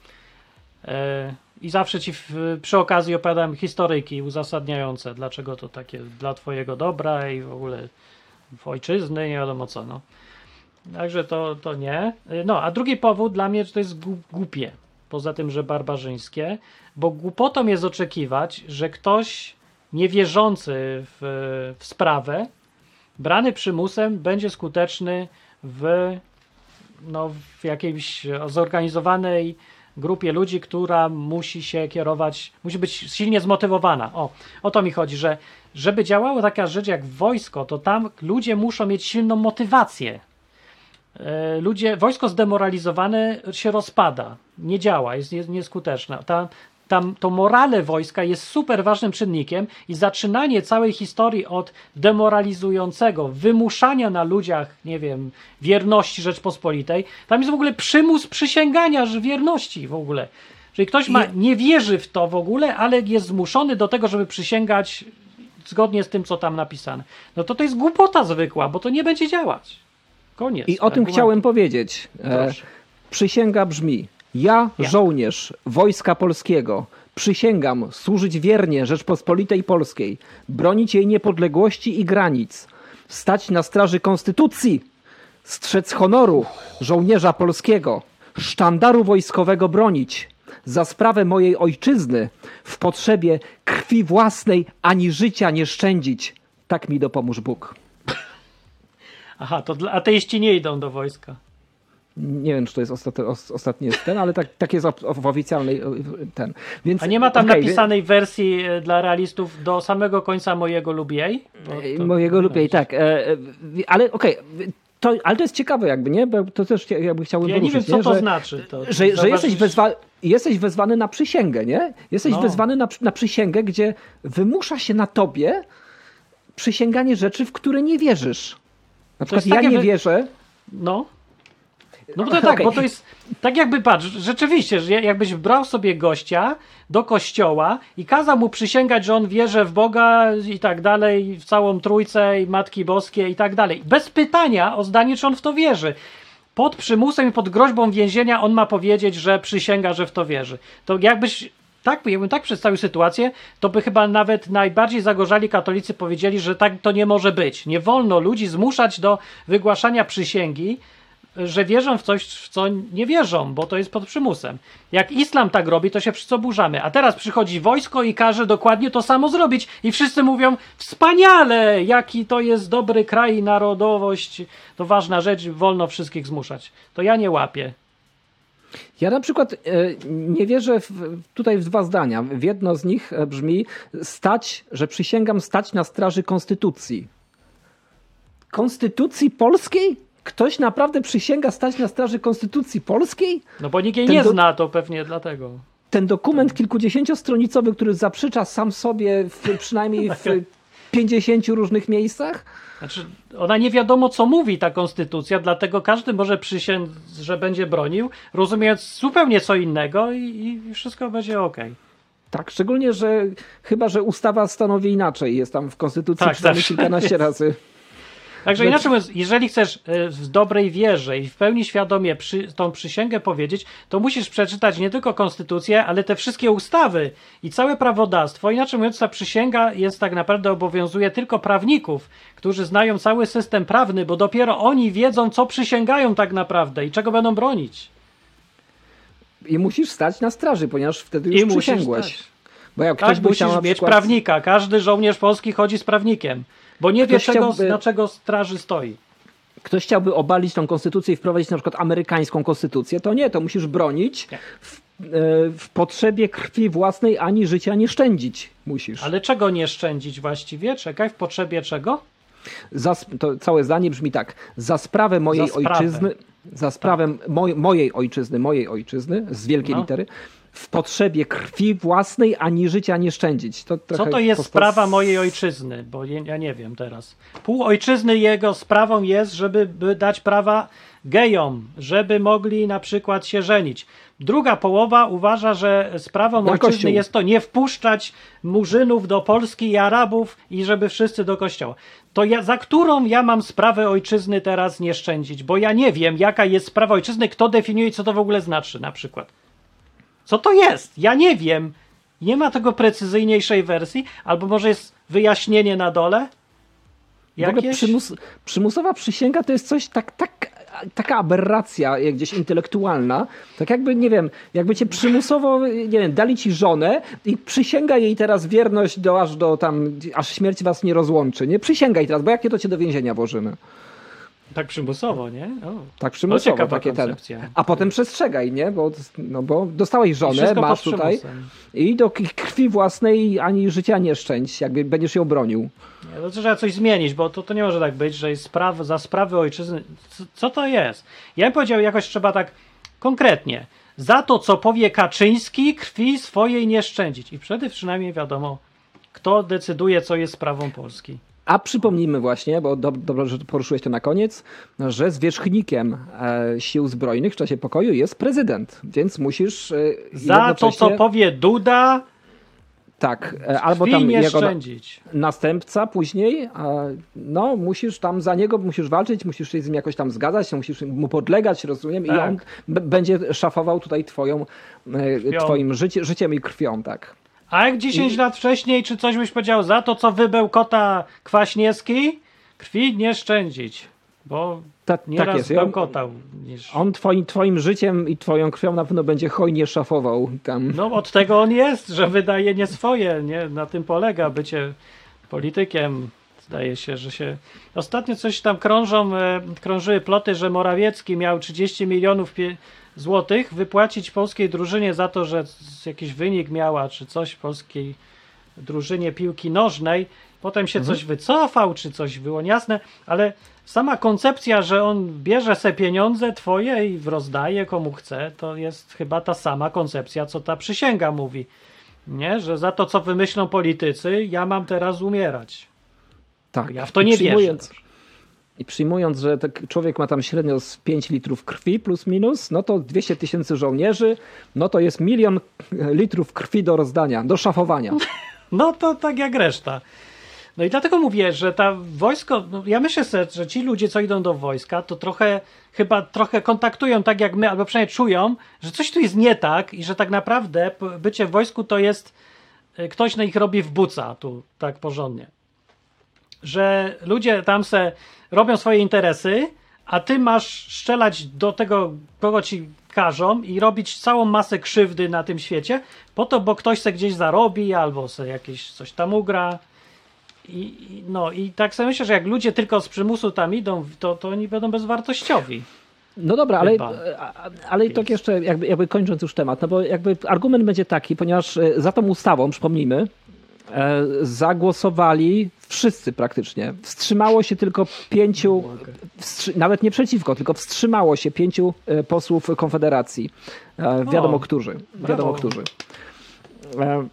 [SPEAKER 1] E, I zawsze ci w, przy okazji opowiadam historyjki uzasadniające, dlaczego to takie dla twojego dobra i w ogóle w ojczyzny, nie wiadomo co. No. Także to, to nie. No, a drugi powód dla mnie to jest gu- głupie. Poza tym, że barbarzyńskie, bo głupotą jest oczekiwać, że ktoś niewierzący w, w sprawę, brany przymusem, będzie skuteczny w, no, w jakiejś zorganizowanej grupie ludzi, która musi się kierować, musi być silnie zmotywowana. O, o to mi chodzi, że żeby działała taka rzecz jak wojsko, to tam ludzie muszą mieć silną motywację. E, Ludzie, wojsko zdemoralizowane się rozpada, nie działa, jest, jest nieskuteczne. Ta, tam to morale wojska jest super ważnym czynnikiem i zaczynanie całej historii od demoralizującego, wymuszania na ludziach, nie wiem, wierności Rzeczpospolitej, tam jest w ogóle przymus przysięgania że wierności w ogóle. Czyli ktoś ma, nie wierzy w to w ogóle, ale jest zmuszony do tego, żeby przysięgać zgodnie z tym, co tam napisane. No to to jest głupota zwykła, bo to nie będzie działać. Koniec.
[SPEAKER 2] I o tym
[SPEAKER 1] argumentu.
[SPEAKER 2] chciałem powiedzieć. E,
[SPEAKER 1] Proszę.
[SPEAKER 2] przysięga brzmi: ja,
[SPEAKER 1] Ja.
[SPEAKER 2] żołnierz Wojska Polskiego, przysięgam służyć wiernie Rzeczpospolitej Polskiej, bronić jej niepodległości i granic, stać na straży Konstytucji, strzec honoru żołnierza polskiego, sztandaru wojskowego bronić, za sprawę mojej ojczyzny, w potrzebie krwi własnej ani życia nie szczędzić. Tak mi dopomóż Bóg.
[SPEAKER 1] Aha, to dla, ateiści nie idą do wojska.
[SPEAKER 2] Nie wiem, czy to jest ostatni, os- ostatni jest ten, ale tak, tak jest w w oficjalnej e, ten. Więc,
[SPEAKER 1] A nie ma tam
[SPEAKER 2] okej,
[SPEAKER 1] napisanej wersji e, dla realistów do samego końca mojego lub jej? Bo
[SPEAKER 2] wie-
[SPEAKER 1] to-
[SPEAKER 2] mojego lub jej, tak. E, e, wi- ale okej, to, ale to jest ciekawe jakby, nie? Bo to też chcia- jakby chciałbym
[SPEAKER 1] Ja nie wiem,
[SPEAKER 2] poruszyć,
[SPEAKER 1] co
[SPEAKER 2] nie?
[SPEAKER 1] to
[SPEAKER 2] że,
[SPEAKER 1] znaczy. To,
[SPEAKER 2] że, że jesteś,
[SPEAKER 1] zauważysz-
[SPEAKER 2] wezwa, jesteś wezwany na przysięgę, nie? Jesteś
[SPEAKER 1] No.
[SPEAKER 2] wezwany na, na przysięgę, gdzie wymusza się na tobie przysięganie rzeczy, w które nie wierzysz. Na przykład
[SPEAKER 1] jest
[SPEAKER 2] ja
[SPEAKER 1] takie
[SPEAKER 2] nie
[SPEAKER 1] wy-
[SPEAKER 2] wierzę.
[SPEAKER 1] No. No bo to tak,
[SPEAKER 2] Okej.
[SPEAKER 1] bo to jest tak jakby, patrz, rzeczywiście, że jakbyś brał sobie gościa do kościoła i kazał mu przysięgać, że on wierzy w Boga i tak dalej, w całą Trójcę i Matki Boskie i tak dalej. Bez pytania o zdanie, czy on w to wierzy. Pod przymusem i pod groźbą więzienia on ma powiedzieć, że przysięga, że w to wierzy. To jakbyś tak, jakbym tak przedstawił sytuację, to by chyba nawet najbardziej zagorzali katolicy powiedzieli, że tak to nie może być. Nie wolno ludzi zmuszać do wygłaszania przysięgi, że wierzą w coś, w co nie wierzą, bo to jest pod przymusem. Jak islam tak robi, to się wszyscy oburzamy. A teraz przychodzi wojsko i każe dokładnie to samo zrobić i wszyscy mówią, wspaniale, jaki to jest dobry kraj, narodowość, to ważna rzecz, wolno wszystkich zmuszać. To ja nie łapię.
[SPEAKER 2] Ja na przykład e, nie wierzę w, tutaj w dwa zdania. W jedno z nich brzmi stać, że przysięgam stać na straży konstytucji. Konstytucji polskiej? Ktoś naprawdę przysięga stać na straży konstytucji polskiej?
[SPEAKER 1] No bo nikt jej
[SPEAKER 2] Ten
[SPEAKER 1] nie
[SPEAKER 2] do...
[SPEAKER 1] zna, to pewnie dlatego.
[SPEAKER 2] Ten dokument kilkudziesięciostronicowy, który zaprzecza sam sobie w, przynajmniej w pięćdziesięciu różnych miejscach?
[SPEAKER 1] Znaczy, ona nie wiadomo co mówi ta konstytucja, dlatego każdy może przysiąc, że będzie bronił, rozumiejąc zupełnie co innego i, i wszystko będzie okej.
[SPEAKER 2] Tak, szczególnie, że chyba, że ustawa stanowi inaczej. Jest tam w konstytucji
[SPEAKER 1] Tak,
[SPEAKER 2] przynajmniej
[SPEAKER 1] zawsze
[SPEAKER 2] kilkanaście
[SPEAKER 1] jest.
[SPEAKER 2] razy.
[SPEAKER 1] Także inaczej mówiąc, jeżeli chcesz w dobrej wierze i w pełni świadomie przy, tą przysięgę powiedzieć, to musisz przeczytać nie tylko konstytucję, ale te wszystkie ustawy i całe prawodawstwo. Inaczej mówiąc, ta przysięga jest tak naprawdę obowiązuje tylko prawników, którzy znają cały system prawny, bo dopiero oni wiedzą, co przysięgają tak naprawdę i czego będą bronić.
[SPEAKER 2] I musisz stać na straży, ponieważ wtedy już
[SPEAKER 1] I musisz
[SPEAKER 2] przysięgłeś.
[SPEAKER 1] stać.
[SPEAKER 2] Bo jak
[SPEAKER 1] Tak,
[SPEAKER 2] ktoś by
[SPEAKER 1] musisz
[SPEAKER 2] chciał na
[SPEAKER 1] mieć
[SPEAKER 2] przykład...
[SPEAKER 1] prawnika. Każdy żołnierz polski chodzi z prawnikiem, bo nie wie,
[SPEAKER 2] Ktoś
[SPEAKER 1] czego,
[SPEAKER 2] chciałby-
[SPEAKER 1] na czego straży stoi.
[SPEAKER 2] Ktoś chciałby obalić tą konstytucję i wprowadzić na przykład amerykańską konstytucję, to nie, to musisz bronić
[SPEAKER 1] Nie.
[SPEAKER 2] w, e, w potrzebie krwi własnej, ani życia nie szczędzić musisz.
[SPEAKER 1] Ale czego nie szczędzić właściwie? Czekaj, w potrzebie czego?
[SPEAKER 2] Za, sp- to całe zdanie brzmi tak. Za sprawę mojej
[SPEAKER 1] Za sprawę.
[SPEAKER 2] ojczyzny, za sprawę moj, mojej ojczyzny, mojej ojczyzny, z wielkiej
[SPEAKER 1] No.
[SPEAKER 2] litery, w potrzebie krwi własnej, ani życia nie szczędzić. To
[SPEAKER 1] Co
[SPEAKER 2] trochę
[SPEAKER 1] to jest
[SPEAKER 2] po-
[SPEAKER 1] sprawa mojej ojczyzny? Bo je- ja nie wiem teraz. Pół ojczyzny jego sprawą jest, żeby by dać prawa gejom, żeby mogli na przykład się żenić. Druga połowa uważa, że sprawą
[SPEAKER 2] Na
[SPEAKER 1] ojczyzny
[SPEAKER 2] kościół.
[SPEAKER 1] jest to nie wpuszczać murzynów do Polski i Arabów i żeby wszyscy do kościoła. To ja, za którą ja mam sprawę ojczyzny teraz nie szczędzić? Bo ja nie wiem, jaka jest sprawa ojczyzny, kto definiuje, co to w ogóle znaczy na przykład. Co to jest? Ja nie wiem. Nie ma tego precyzyjniejszej wersji? Albo może jest wyjaśnienie na dole?
[SPEAKER 2] W ogóle
[SPEAKER 1] Jakieś?
[SPEAKER 2] przymus, przymusowa przysięga to jest coś tak, tak, taka aberracja jak gdzieś intelektualna. Tak jakby, nie wiem, jakby cię przymusowo, nie wiem, dali ci żonę i przysięga jej teraz wierność do aż do tam, aż śmierć was nie rozłączy. Nie przysięgaj teraz, bo jakie to cię do więzienia włożymy.
[SPEAKER 1] Tak przymusowo, nie? O.
[SPEAKER 2] Tak przymusowo,
[SPEAKER 1] ciekawa
[SPEAKER 2] takie ten.
[SPEAKER 1] koncepcja.
[SPEAKER 2] A potem przestrzegaj, nie? Bo, no bo dostałeś
[SPEAKER 1] I
[SPEAKER 2] żonę,
[SPEAKER 1] wszystko
[SPEAKER 2] masz
[SPEAKER 1] pod
[SPEAKER 2] tutaj
[SPEAKER 1] przymusem.
[SPEAKER 2] i do k- krwi własnej ani życia nie szczęść, jakby będziesz ją bronił.
[SPEAKER 1] Nie, to trzeba coś zmienić, bo to, to nie może tak być, że jest spraw, za sprawy ojczyzny. Co, co to jest? Ja bym powiedział, jakoś trzeba tak konkretnie. Za to, co powie Kaczyński, krwi swojej nie szczędzić. I wtedy przynajmniej wiadomo, kto decyduje, co jest sprawą Polski.
[SPEAKER 2] A przypomnijmy właśnie, bo do, dobrze, że poruszyłeś to na koniec, że zwierzchnikiem e, sił zbrojnych w czasie pokoju jest prezydent, więc musisz e,
[SPEAKER 1] Za to, co powie Duda,
[SPEAKER 2] tak, e, albo
[SPEAKER 1] krwi
[SPEAKER 2] tam
[SPEAKER 1] nie
[SPEAKER 2] jego na,
[SPEAKER 1] szczędzić.
[SPEAKER 2] następca później, e, no musisz tam za niego, musisz walczyć, musisz się z nim jakoś tam zgadzać, musisz mu podlegać, rozumiem,
[SPEAKER 1] Tak.
[SPEAKER 2] i on b- będzie szafował tutaj twoją, e,
[SPEAKER 1] Krwią.
[SPEAKER 2] twoim życie, życiem i krwią, tak.
[SPEAKER 1] A jak dziesięć
[SPEAKER 2] I-
[SPEAKER 1] lat wcześniej, czy coś byś powiedział, za to, co wybeł kota Kwaśniewski, krwi nie szczędzić, bo
[SPEAKER 2] Ta,
[SPEAKER 1] nieraz
[SPEAKER 2] tak jest. I on,
[SPEAKER 1] bełkotał. Niż...
[SPEAKER 2] on twoim, twoim życiem i twoją krwią na pewno będzie hojnie szafował tam.
[SPEAKER 1] No od tego on jest, że wydaje nie swoje, nie? Na tym polega bycie politykiem. Zdaje się, że się... Ostatnio coś tam krążą, e, krążyły ploty, że Morawiecki miał trzydzieści milionów pie... złotych wypłacić polskiej drużynie za to, że z- jakiś wynik miała, czy coś polskiej drużynie piłki nożnej. Potem się
[SPEAKER 2] Mhm.
[SPEAKER 1] coś wycofał, czy coś było niejasne, ale sama koncepcja, że on bierze se pieniądze twoje i rozdaje komu chce, to jest chyba ta sama koncepcja, co ta przysięga mówi. Nie? Że za to, co wymyślą politycy, ja mam teraz umierać.
[SPEAKER 2] Tak.
[SPEAKER 1] Ja w to
[SPEAKER 2] I
[SPEAKER 1] nie wierzę.
[SPEAKER 2] przyjmując, I przyjmując, że tak człowiek ma tam średnio z pięć litrów krwi plus minus, no to dwieście tysięcy żołnierzy, no to jest milion litrów krwi do rozdania, do szafowania.
[SPEAKER 1] No to tak jak reszta. No i dlatego mówię, że ta wojsko, no ja myślę sobie, że ci ludzie, co idą do wojska, to trochę, chyba trochę kontaktują tak jak my, albo przynajmniej czują, że coś tu jest nie tak i że tak naprawdę bycie w wojsku to jest, ktoś na ich robi w buca tu tak porządnie. Że ludzie tam se robią swoje interesy, a ty masz strzelać do tego, kogo ci każą i robić całą masę krzywdy na tym świecie, po to, bo ktoś se gdzieś zarobi, albo se jakieś coś tam ugra. I, i, no i tak sobie myślę, że jak ludzie tylko z przymusu tam idą, to, to oni będą bezwartościowi.
[SPEAKER 2] No dobra, ale,
[SPEAKER 1] Chyba.
[SPEAKER 2] ale tak jeszcze jakby, jakby kończąc już temat, no bo jakby argument będzie taki, ponieważ za tą ustawą, przypomnijmy, e, zagłosowali wszyscy praktycznie. Wstrzymało się tylko pięciu, wstrzy, nawet nie przeciwko, tylko wstrzymało się pięciu posłów Konfederacji. E, wiadomo, o, którzy. Wiadomo, którzy. E,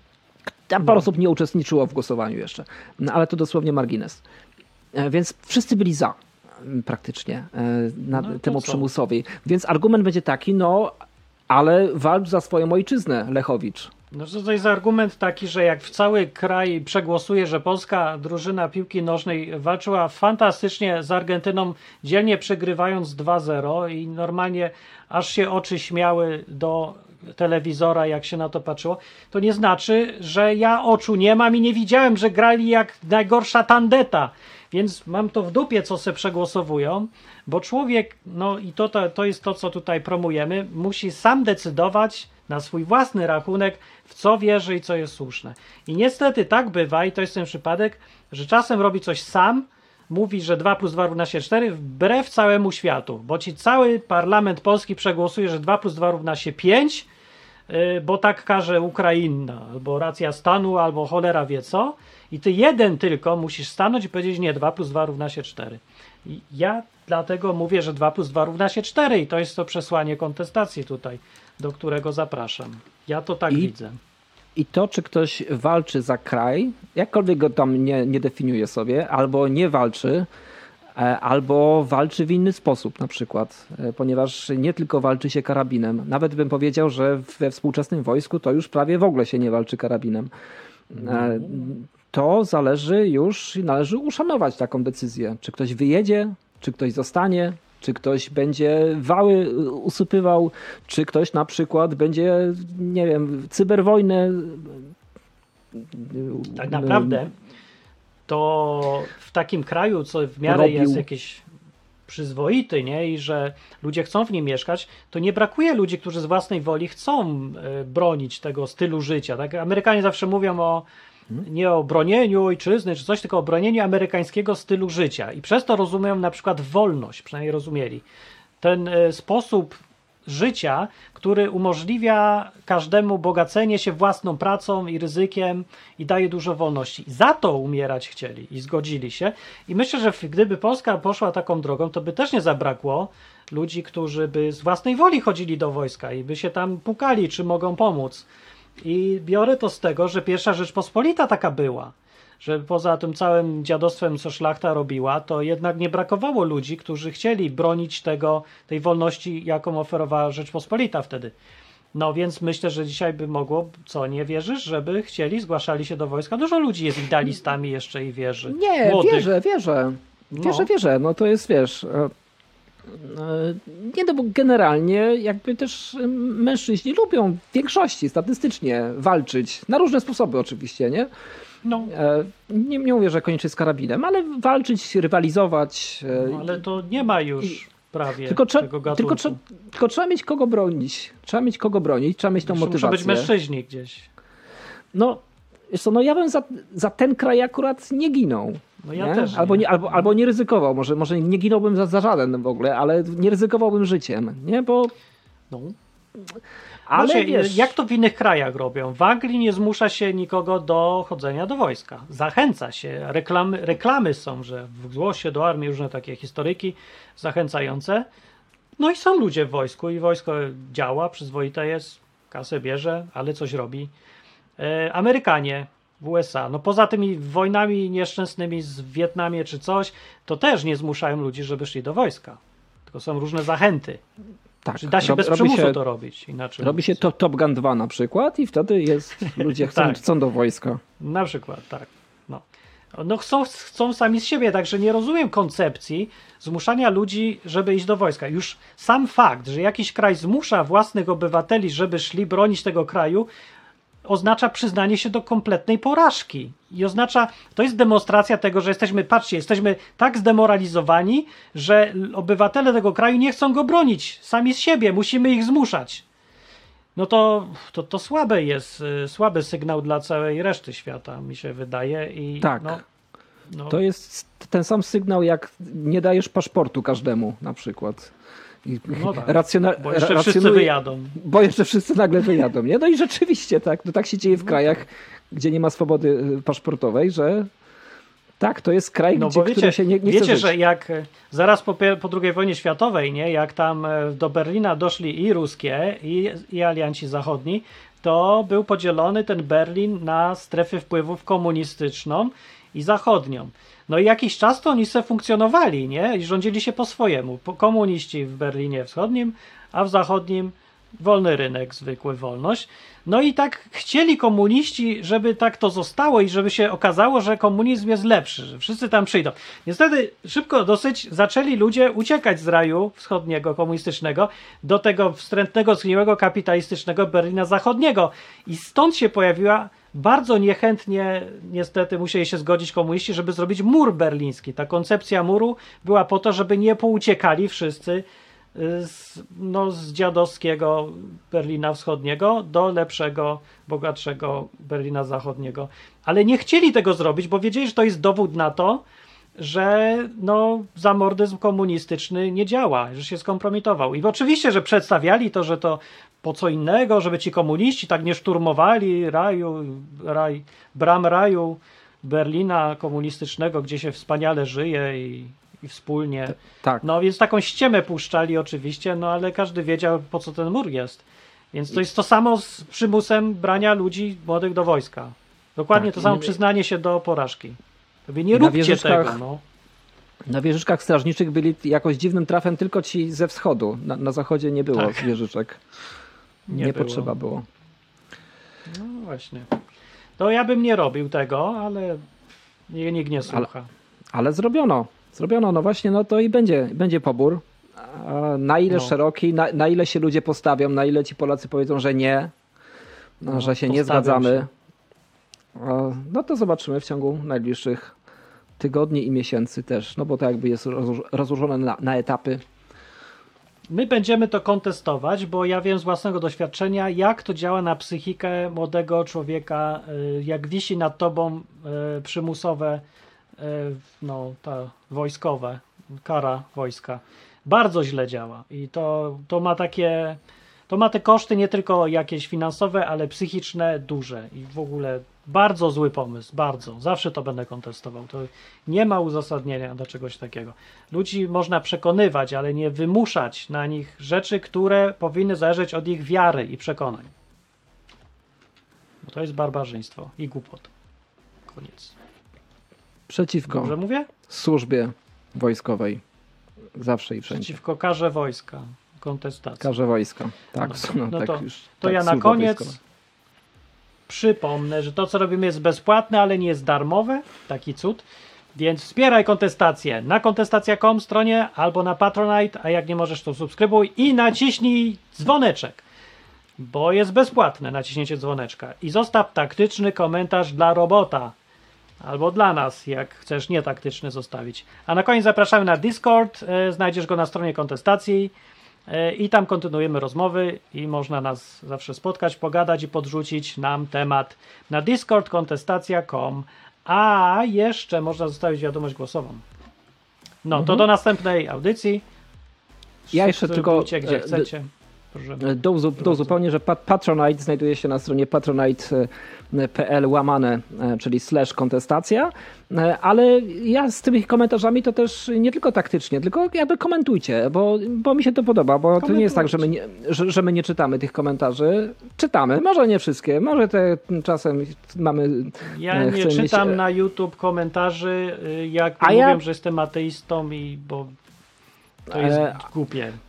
[SPEAKER 2] Tam parę no. osób nie uczestniczyło w głosowaniu jeszcze, no, ale to dosłownie margines. E, więc wszyscy byli za praktycznie e, na no, temu co? przymusowi. Więc argument będzie taki, no ale walcz za swoją ojczyznę, Lechowicz.
[SPEAKER 1] No to jest argument taki, że jak w cały kraj przegłosuje, że polska drużyna piłki nożnej walczyła fantastycznie z Argentyną, dzielnie przegrywając dwa zero i normalnie aż się oczy śmiały do telewizora, jak się na to patrzyło, to nie znaczy, że ja oczu nie mam i nie widziałem, że grali jak najgorsza tandeta. Więc mam to w dupie, co se przegłosowują, bo człowiek, no i to, to, to jest to, co tutaj promujemy, musi sam decydować na swój własny rachunek, w co wierzy i co jest słuszne. I niestety tak bywa, i to jest ten przypadek, że czasem robi coś sam, mówi, że dwa plus dwa równa się cztery, wbrew całemu światu, bo ci cały parlament polski przegłosuje, że dwa plus dwa równa się pięć, yy, bo tak każe Ukraina, albo racja stanu, albo cholera wie co, i ty jeden tylko musisz stanąć i powiedzieć, nie, dwa plus dwa równa się cztery. I ja dlatego mówię, że dwa plus dwa równa się cztery i to jest to przesłanie kontestacji tutaj, do którego zapraszam. Ja to tak
[SPEAKER 2] I,
[SPEAKER 1] widzę.
[SPEAKER 2] I to, czy ktoś walczy za kraj, jakkolwiek go tam nie, nie definiuje sobie, albo nie walczy, albo walczy w inny sposób na przykład, ponieważ nie tylko walczy się karabinem. Nawet bym powiedział, że we współczesnym wojsku to już prawie w ogóle się nie walczy karabinem. To zależy już, należy uszanować taką decyzję. Czy ktoś wyjedzie, czy ktoś zostanie, czy ktoś będzie wały usypywał, czy ktoś na przykład będzie, nie wiem, cyberwojnę.
[SPEAKER 1] Tak naprawdę to w takim kraju, co w miarę
[SPEAKER 2] robił.
[SPEAKER 1] jest jakieś przyzwoity, nie? I że ludzie chcą w nim mieszkać, to nie brakuje ludzi, którzy z własnej woli chcą bronić tego stylu życia. Tak? Amerykanie zawsze mówią o nie o bronieniu ojczyzny czy coś, tylko o bronieniu amerykańskiego stylu życia. I przez to rozumieją na przykład wolność, przynajmniej rozumieli. Ten y, sposób życia, który umożliwia każdemu bogacenie się własną pracą i ryzykiem i daje dużo wolności. Za to umierać chcieli i zgodzili się. I myślę, że gdyby Polska poszła taką drogą, to by też nie zabrakło ludzi, którzy by z własnej woli chodzili do wojska i by się tam pukali, czy mogą pomóc. I biorę to z tego, że pierwsza Rzeczpospolita taka była, że poza tym całym dziadostwem, co szlachta robiła, to jednak nie brakowało ludzi, którzy chcieli bronić tego, tej wolności, jaką oferowała Rzeczpospolita wtedy. No więc myślę, że dzisiaj by mogło, co nie wierzysz, żeby chcieli, zgłaszali się do wojska. Dużo ludzi jest idealistami jeszcze i wierzy.
[SPEAKER 2] Nie,
[SPEAKER 1] Młodych.
[SPEAKER 2] wierzę, wierzę. Wierzę,
[SPEAKER 1] no.
[SPEAKER 2] wierzę. No to jest, wiesz... Nie, no bo generalnie jakby też mężczyźni lubią w większości statystycznie walczyć, na różne sposoby oczywiście, nie?
[SPEAKER 1] No.
[SPEAKER 2] Nie, nie mówię, że koniecznie z karabinem, ale walczyć, rywalizować.
[SPEAKER 1] No, ale to nie ma już i, prawie
[SPEAKER 2] tylko trze-
[SPEAKER 1] tego gatunku.
[SPEAKER 2] Tylko, trze- tylko trzeba mieć kogo bronić. Trzeba mieć kogo bronić, trzeba mieć tą
[SPEAKER 1] Muszą
[SPEAKER 2] motywację.
[SPEAKER 1] Muszą być mężczyźni gdzieś.
[SPEAKER 2] No, wiesz co, no ja bym za, za ten kraj akurat nie ginął.
[SPEAKER 1] No ja
[SPEAKER 2] nie?
[SPEAKER 1] też
[SPEAKER 2] Albo,
[SPEAKER 1] nie.
[SPEAKER 2] nie, albo, albo nie ryzykował, może, może nie ginąłbym za, za żaden w ogóle, ale nie ryzykowałbym życiem, nie? Bo...
[SPEAKER 1] No.
[SPEAKER 2] Ale
[SPEAKER 1] znaczy,
[SPEAKER 2] wiesz...
[SPEAKER 1] jak to w innych krajach robią? W Anglii nie zmusza się nikogo do chodzenia do wojska. Zachęca się. Reklamy, reklamy są, że w głosie do armii różne takie historyki zachęcające. No i są ludzie w wojsku i wojsko działa, przyzwoite jest, kasę bierze, ale coś robi. E, Amerykanie w U S A, no poza tymi wojnami nieszczęsnymi z Wietnamie czy coś, to też nie zmuszają ludzi, żeby szli do wojska. Tylko są różne zachęty.
[SPEAKER 2] Tak,
[SPEAKER 1] Czy da się
[SPEAKER 2] rob,
[SPEAKER 1] bez
[SPEAKER 2] robi
[SPEAKER 1] przymusu
[SPEAKER 2] się,
[SPEAKER 1] to robić? Inaczej
[SPEAKER 2] robi się to Top Gun dwa na przykład i wtedy jest ludzie chcą,
[SPEAKER 1] tak.
[SPEAKER 2] chcą do wojska.
[SPEAKER 1] Na przykład, tak. No. No chcą, chcą sami z siebie, także nie rozumiem koncepcji zmuszania ludzi, żeby iść do wojska. Już sam fakt, że jakiś kraj zmusza własnych obywateli, żeby szli bronić tego kraju, oznacza przyznanie się do kompletnej porażki. I oznacza, to jest demonstracja tego, że jesteśmy, patrzcie, jesteśmy tak zdemoralizowani, że obywatele tego kraju nie chcą go bronić sami z siebie, musimy ich zmuszać. No to, to, to słabe jest, słaby sygnał dla całej reszty świata, mi się wydaje. I
[SPEAKER 2] Tak.
[SPEAKER 1] No, no.
[SPEAKER 2] To jest ten sam sygnał, jak nie dajesz paszportu każdemu na przykład. I
[SPEAKER 1] No tak,
[SPEAKER 2] racjona-
[SPEAKER 1] bo jeszcze
[SPEAKER 2] racjonuje-
[SPEAKER 1] wszyscy wyjadą.
[SPEAKER 2] Bo jeszcze wszyscy nagle wyjadą, nie? No i rzeczywiście tak, no tak się dzieje w krajach, gdzie nie ma swobody paszportowej, że tak, to jest kraj,
[SPEAKER 1] No
[SPEAKER 2] gdzie,
[SPEAKER 1] bo wiecie,
[SPEAKER 2] który się nie, nie
[SPEAKER 1] wiecie
[SPEAKER 2] chce żyć.
[SPEAKER 1] że jak zaraz po, po drugiej wojnie światowej, nie, jak tam do Berlina doszli i ruskie, i, i alianci zachodni, to był podzielony ten Berlin na strefy wpływów komunistyczną i zachodnią. No i jakiś czas to oni se funkcjonowali, nie? I rządzili się po swojemu. Komuniści w Berlinie Wschodnim, a w zachodnim wolny rynek, zwykły wolność. No i tak chcieli komuniści, żeby tak to zostało i żeby się okazało, że komunizm jest lepszy, że wszyscy tam przyjdą. Niestety szybko dosyć zaczęli ludzie uciekać z raju wschodniego, komunistycznego do tego wstrętnego, zgniłego, kapitalistycznego Berlina Zachodniego. I stąd się pojawiła bardzo niechętnie, niestety musieli się zgodzić komuniści, żeby zrobić mur berliński. Ta koncepcja muru była po to, żeby nie pouciekali wszyscy z, no, z dziadowskiego Berlina Wschodniego do lepszego, bogatszego Berlina Zachodniego. Ale nie chcieli tego zrobić, bo wiedzieli, że to jest dowód na to, że no, zamordyzm komunistyczny nie działa, że się skompromitował. I oczywiście, że przedstawiali to, że to po co innego, żeby ci komuniści tak nie szturmowali raju, raj, bram raju Berlina komunistycznego, gdzie się wspaniale żyje i, i wspólnie.
[SPEAKER 2] Tak.
[SPEAKER 1] No więc taką ściemę puszczali oczywiście, no ale każdy wiedział, po co ten mur jest. Więc to jest to samo z przymusem brania ludzi młodych do wojska. Dokładnie
[SPEAKER 2] Tak,
[SPEAKER 1] to samo
[SPEAKER 2] i-
[SPEAKER 1] przyznanie się do porażki. Wy nie
[SPEAKER 2] I na
[SPEAKER 1] róbcie
[SPEAKER 2] wieżyczkach-
[SPEAKER 1] tego, no.
[SPEAKER 2] Na wieżyczkach strażniczych byli jakoś dziwnym trafem tylko ci ze wschodu. Na, na zachodzie nie było
[SPEAKER 1] Tak.
[SPEAKER 2] wieżyczek. Nie,
[SPEAKER 1] Nie było.
[SPEAKER 2] potrzeba było.
[SPEAKER 1] No właśnie. To ja bym nie robił tego, ale nie- nikt nie słucha.
[SPEAKER 2] Ale zrobiono. Zrobiono, no właśnie, no to i będzie, będzie pobór. A na ile
[SPEAKER 1] No.
[SPEAKER 2] szeroki, na, na ile się ludzie postawią, na ile ci Polacy powiedzą, że nie, no,
[SPEAKER 1] No,
[SPEAKER 2] że się nie
[SPEAKER 1] postawią
[SPEAKER 2] zgadzamy.
[SPEAKER 1] się.
[SPEAKER 2] A, No to zobaczymy w ciągu najbliższych tygodni i miesięcy też, no bo to jakby jest rozło- rozłożone na, na etapy.
[SPEAKER 1] My będziemy to kontestować, bo ja wiem z własnego doświadczenia, jak to działa na psychikę młodego człowieka, y, jak wisi nad tobą y, przymusowe, y, no, ta wojskowe, kara wojska. Bardzo źle działa i to, to ma takie, to ma te koszty nie tylko jakieś finansowe, ale psychiczne duże i w ogóle bardzo zły pomysł, bardzo. Zawsze to będę kontestował. To nie ma uzasadnienia do czegoś takiego. Ludzi można przekonywać, ale nie wymuszać na nich rzeczy, które powinny zależeć od ich wiary i przekonań. Bo to jest barbarzyństwo i głupot. Koniec.
[SPEAKER 2] Przeciwko
[SPEAKER 1] Dobrze mówię?
[SPEAKER 2] służbie wojskowej. Zawsze i wszędzie.
[SPEAKER 1] Przeciwko karze wojska. Kontestacja.
[SPEAKER 2] Karze wojska. Tak,
[SPEAKER 1] No,
[SPEAKER 2] no,
[SPEAKER 1] no
[SPEAKER 2] tak
[SPEAKER 1] to,
[SPEAKER 2] już,
[SPEAKER 1] to
[SPEAKER 2] tak,
[SPEAKER 1] ja na
[SPEAKER 2] służba
[SPEAKER 1] koniec
[SPEAKER 2] wojskowa.
[SPEAKER 1] przypomnę, że to co robimy jest bezpłatne, ale nie jest darmowe. Taki cud. Więc wspieraj kontestację na kontestacja kropka com stronie albo na Patronite, a jak nie możesz to subskrybuj i naciśnij dzwoneczek, bo jest bezpłatne naciśnięcie dzwoneczka i zostaw taktyczny komentarz dla robota albo dla nas, jak chcesz nietaktyczny zostawić. A na koniec zapraszamy na Discord, e, znajdziesz go na stronie kontestacji e, i tam kontynuujemy rozmowy i można nas zawsze spotkać, pogadać i podrzucić nam temat na Discord kontestacja kropka com. A jeszcze można zostawić wiadomość głosową. No, to
[SPEAKER 2] Mhm.
[SPEAKER 1] do następnej audycji.
[SPEAKER 2] Ja jeszcze tylko,
[SPEAKER 1] Subskrybujcie, gdzie
[SPEAKER 2] e, d-
[SPEAKER 1] chcecie. Proszę.
[SPEAKER 2] Do, uzu, do uzupełnienia, że pat- Patronite znajduje się na stronie patronite kropka p l łamane, e, czyli slash kontestacja, e, ale ja z tymi komentarzami to też nie tylko taktycznie, tylko jakby komentujcie, bo, bo mi się to podoba, bo to nie jest tak, że my nie, że, że my nie czytamy tych komentarzy. Czytamy, może nie wszystkie, może te czasem mamy...
[SPEAKER 1] Ja
[SPEAKER 2] e,
[SPEAKER 1] nie
[SPEAKER 2] chcemy mieć,
[SPEAKER 1] czytam
[SPEAKER 2] e,
[SPEAKER 1] na YouTube komentarzy, y, jak
[SPEAKER 2] A
[SPEAKER 1] mówią,
[SPEAKER 2] ja-
[SPEAKER 1] że jestem ateistą i bo to jest
[SPEAKER 2] E,
[SPEAKER 1] głupie.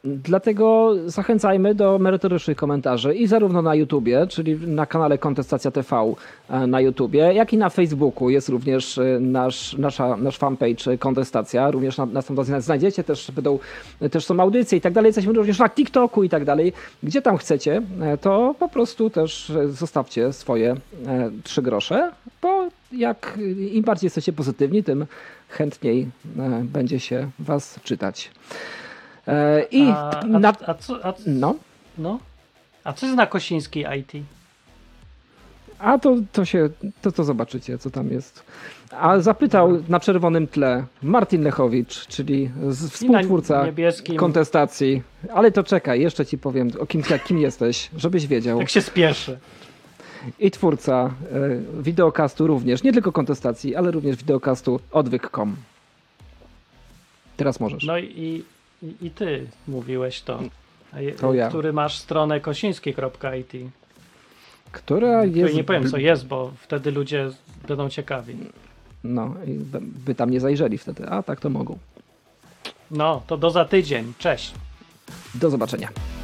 [SPEAKER 2] Dlatego zachęcajmy do merytorycznych komentarzy i zarówno na YouTubie, czyli na kanale Kontestacja T V na YouTubie, jak i na Facebooku jest również nasz, nasza, nasz fanpage Kontestacja. Również na, nas tam znajdziecie, też będą, też są audycje i tak dalej. Jesteśmy również na TikToku i tak dalej. Gdzie tam chcecie, to po prostu też zostawcie swoje trzy grosze, bo jak im bardziej jesteście pozytywni, tym chętniej będzie się was czytać. I
[SPEAKER 1] a, a,
[SPEAKER 2] na...
[SPEAKER 1] a, co, a,
[SPEAKER 2] no.
[SPEAKER 1] no? A co jest na Kosińskiej I T?
[SPEAKER 2] A to, to się, to, to zobaczycie, co tam jest. A zapytał na czerwonym tle Martin Lechowicz, czyli z, współtwórca
[SPEAKER 1] niebieskim...
[SPEAKER 2] Kontestacji. Ale to czekaj, jeszcze ci powiem, o kim, kim jesteś, żebyś wiedział.
[SPEAKER 1] Tak się spieszy.
[SPEAKER 2] I twórca y, wideokastu również, nie tylko Kontestacji, ale również wideokastu odwyk kropka com. Teraz możesz.
[SPEAKER 1] No i, i, i ty mówiłeś to.
[SPEAKER 2] To ja.
[SPEAKER 1] Który masz stronę kosińskiej kropka I T.
[SPEAKER 2] Która jest...
[SPEAKER 1] Nie powiem co jest, bo wtedy ludzie będą ciekawi.
[SPEAKER 2] No, i by tam nie zajrzeli wtedy, a tak to mogą.
[SPEAKER 1] No, to do za tydzień. Cześć.
[SPEAKER 2] Do zobaczenia.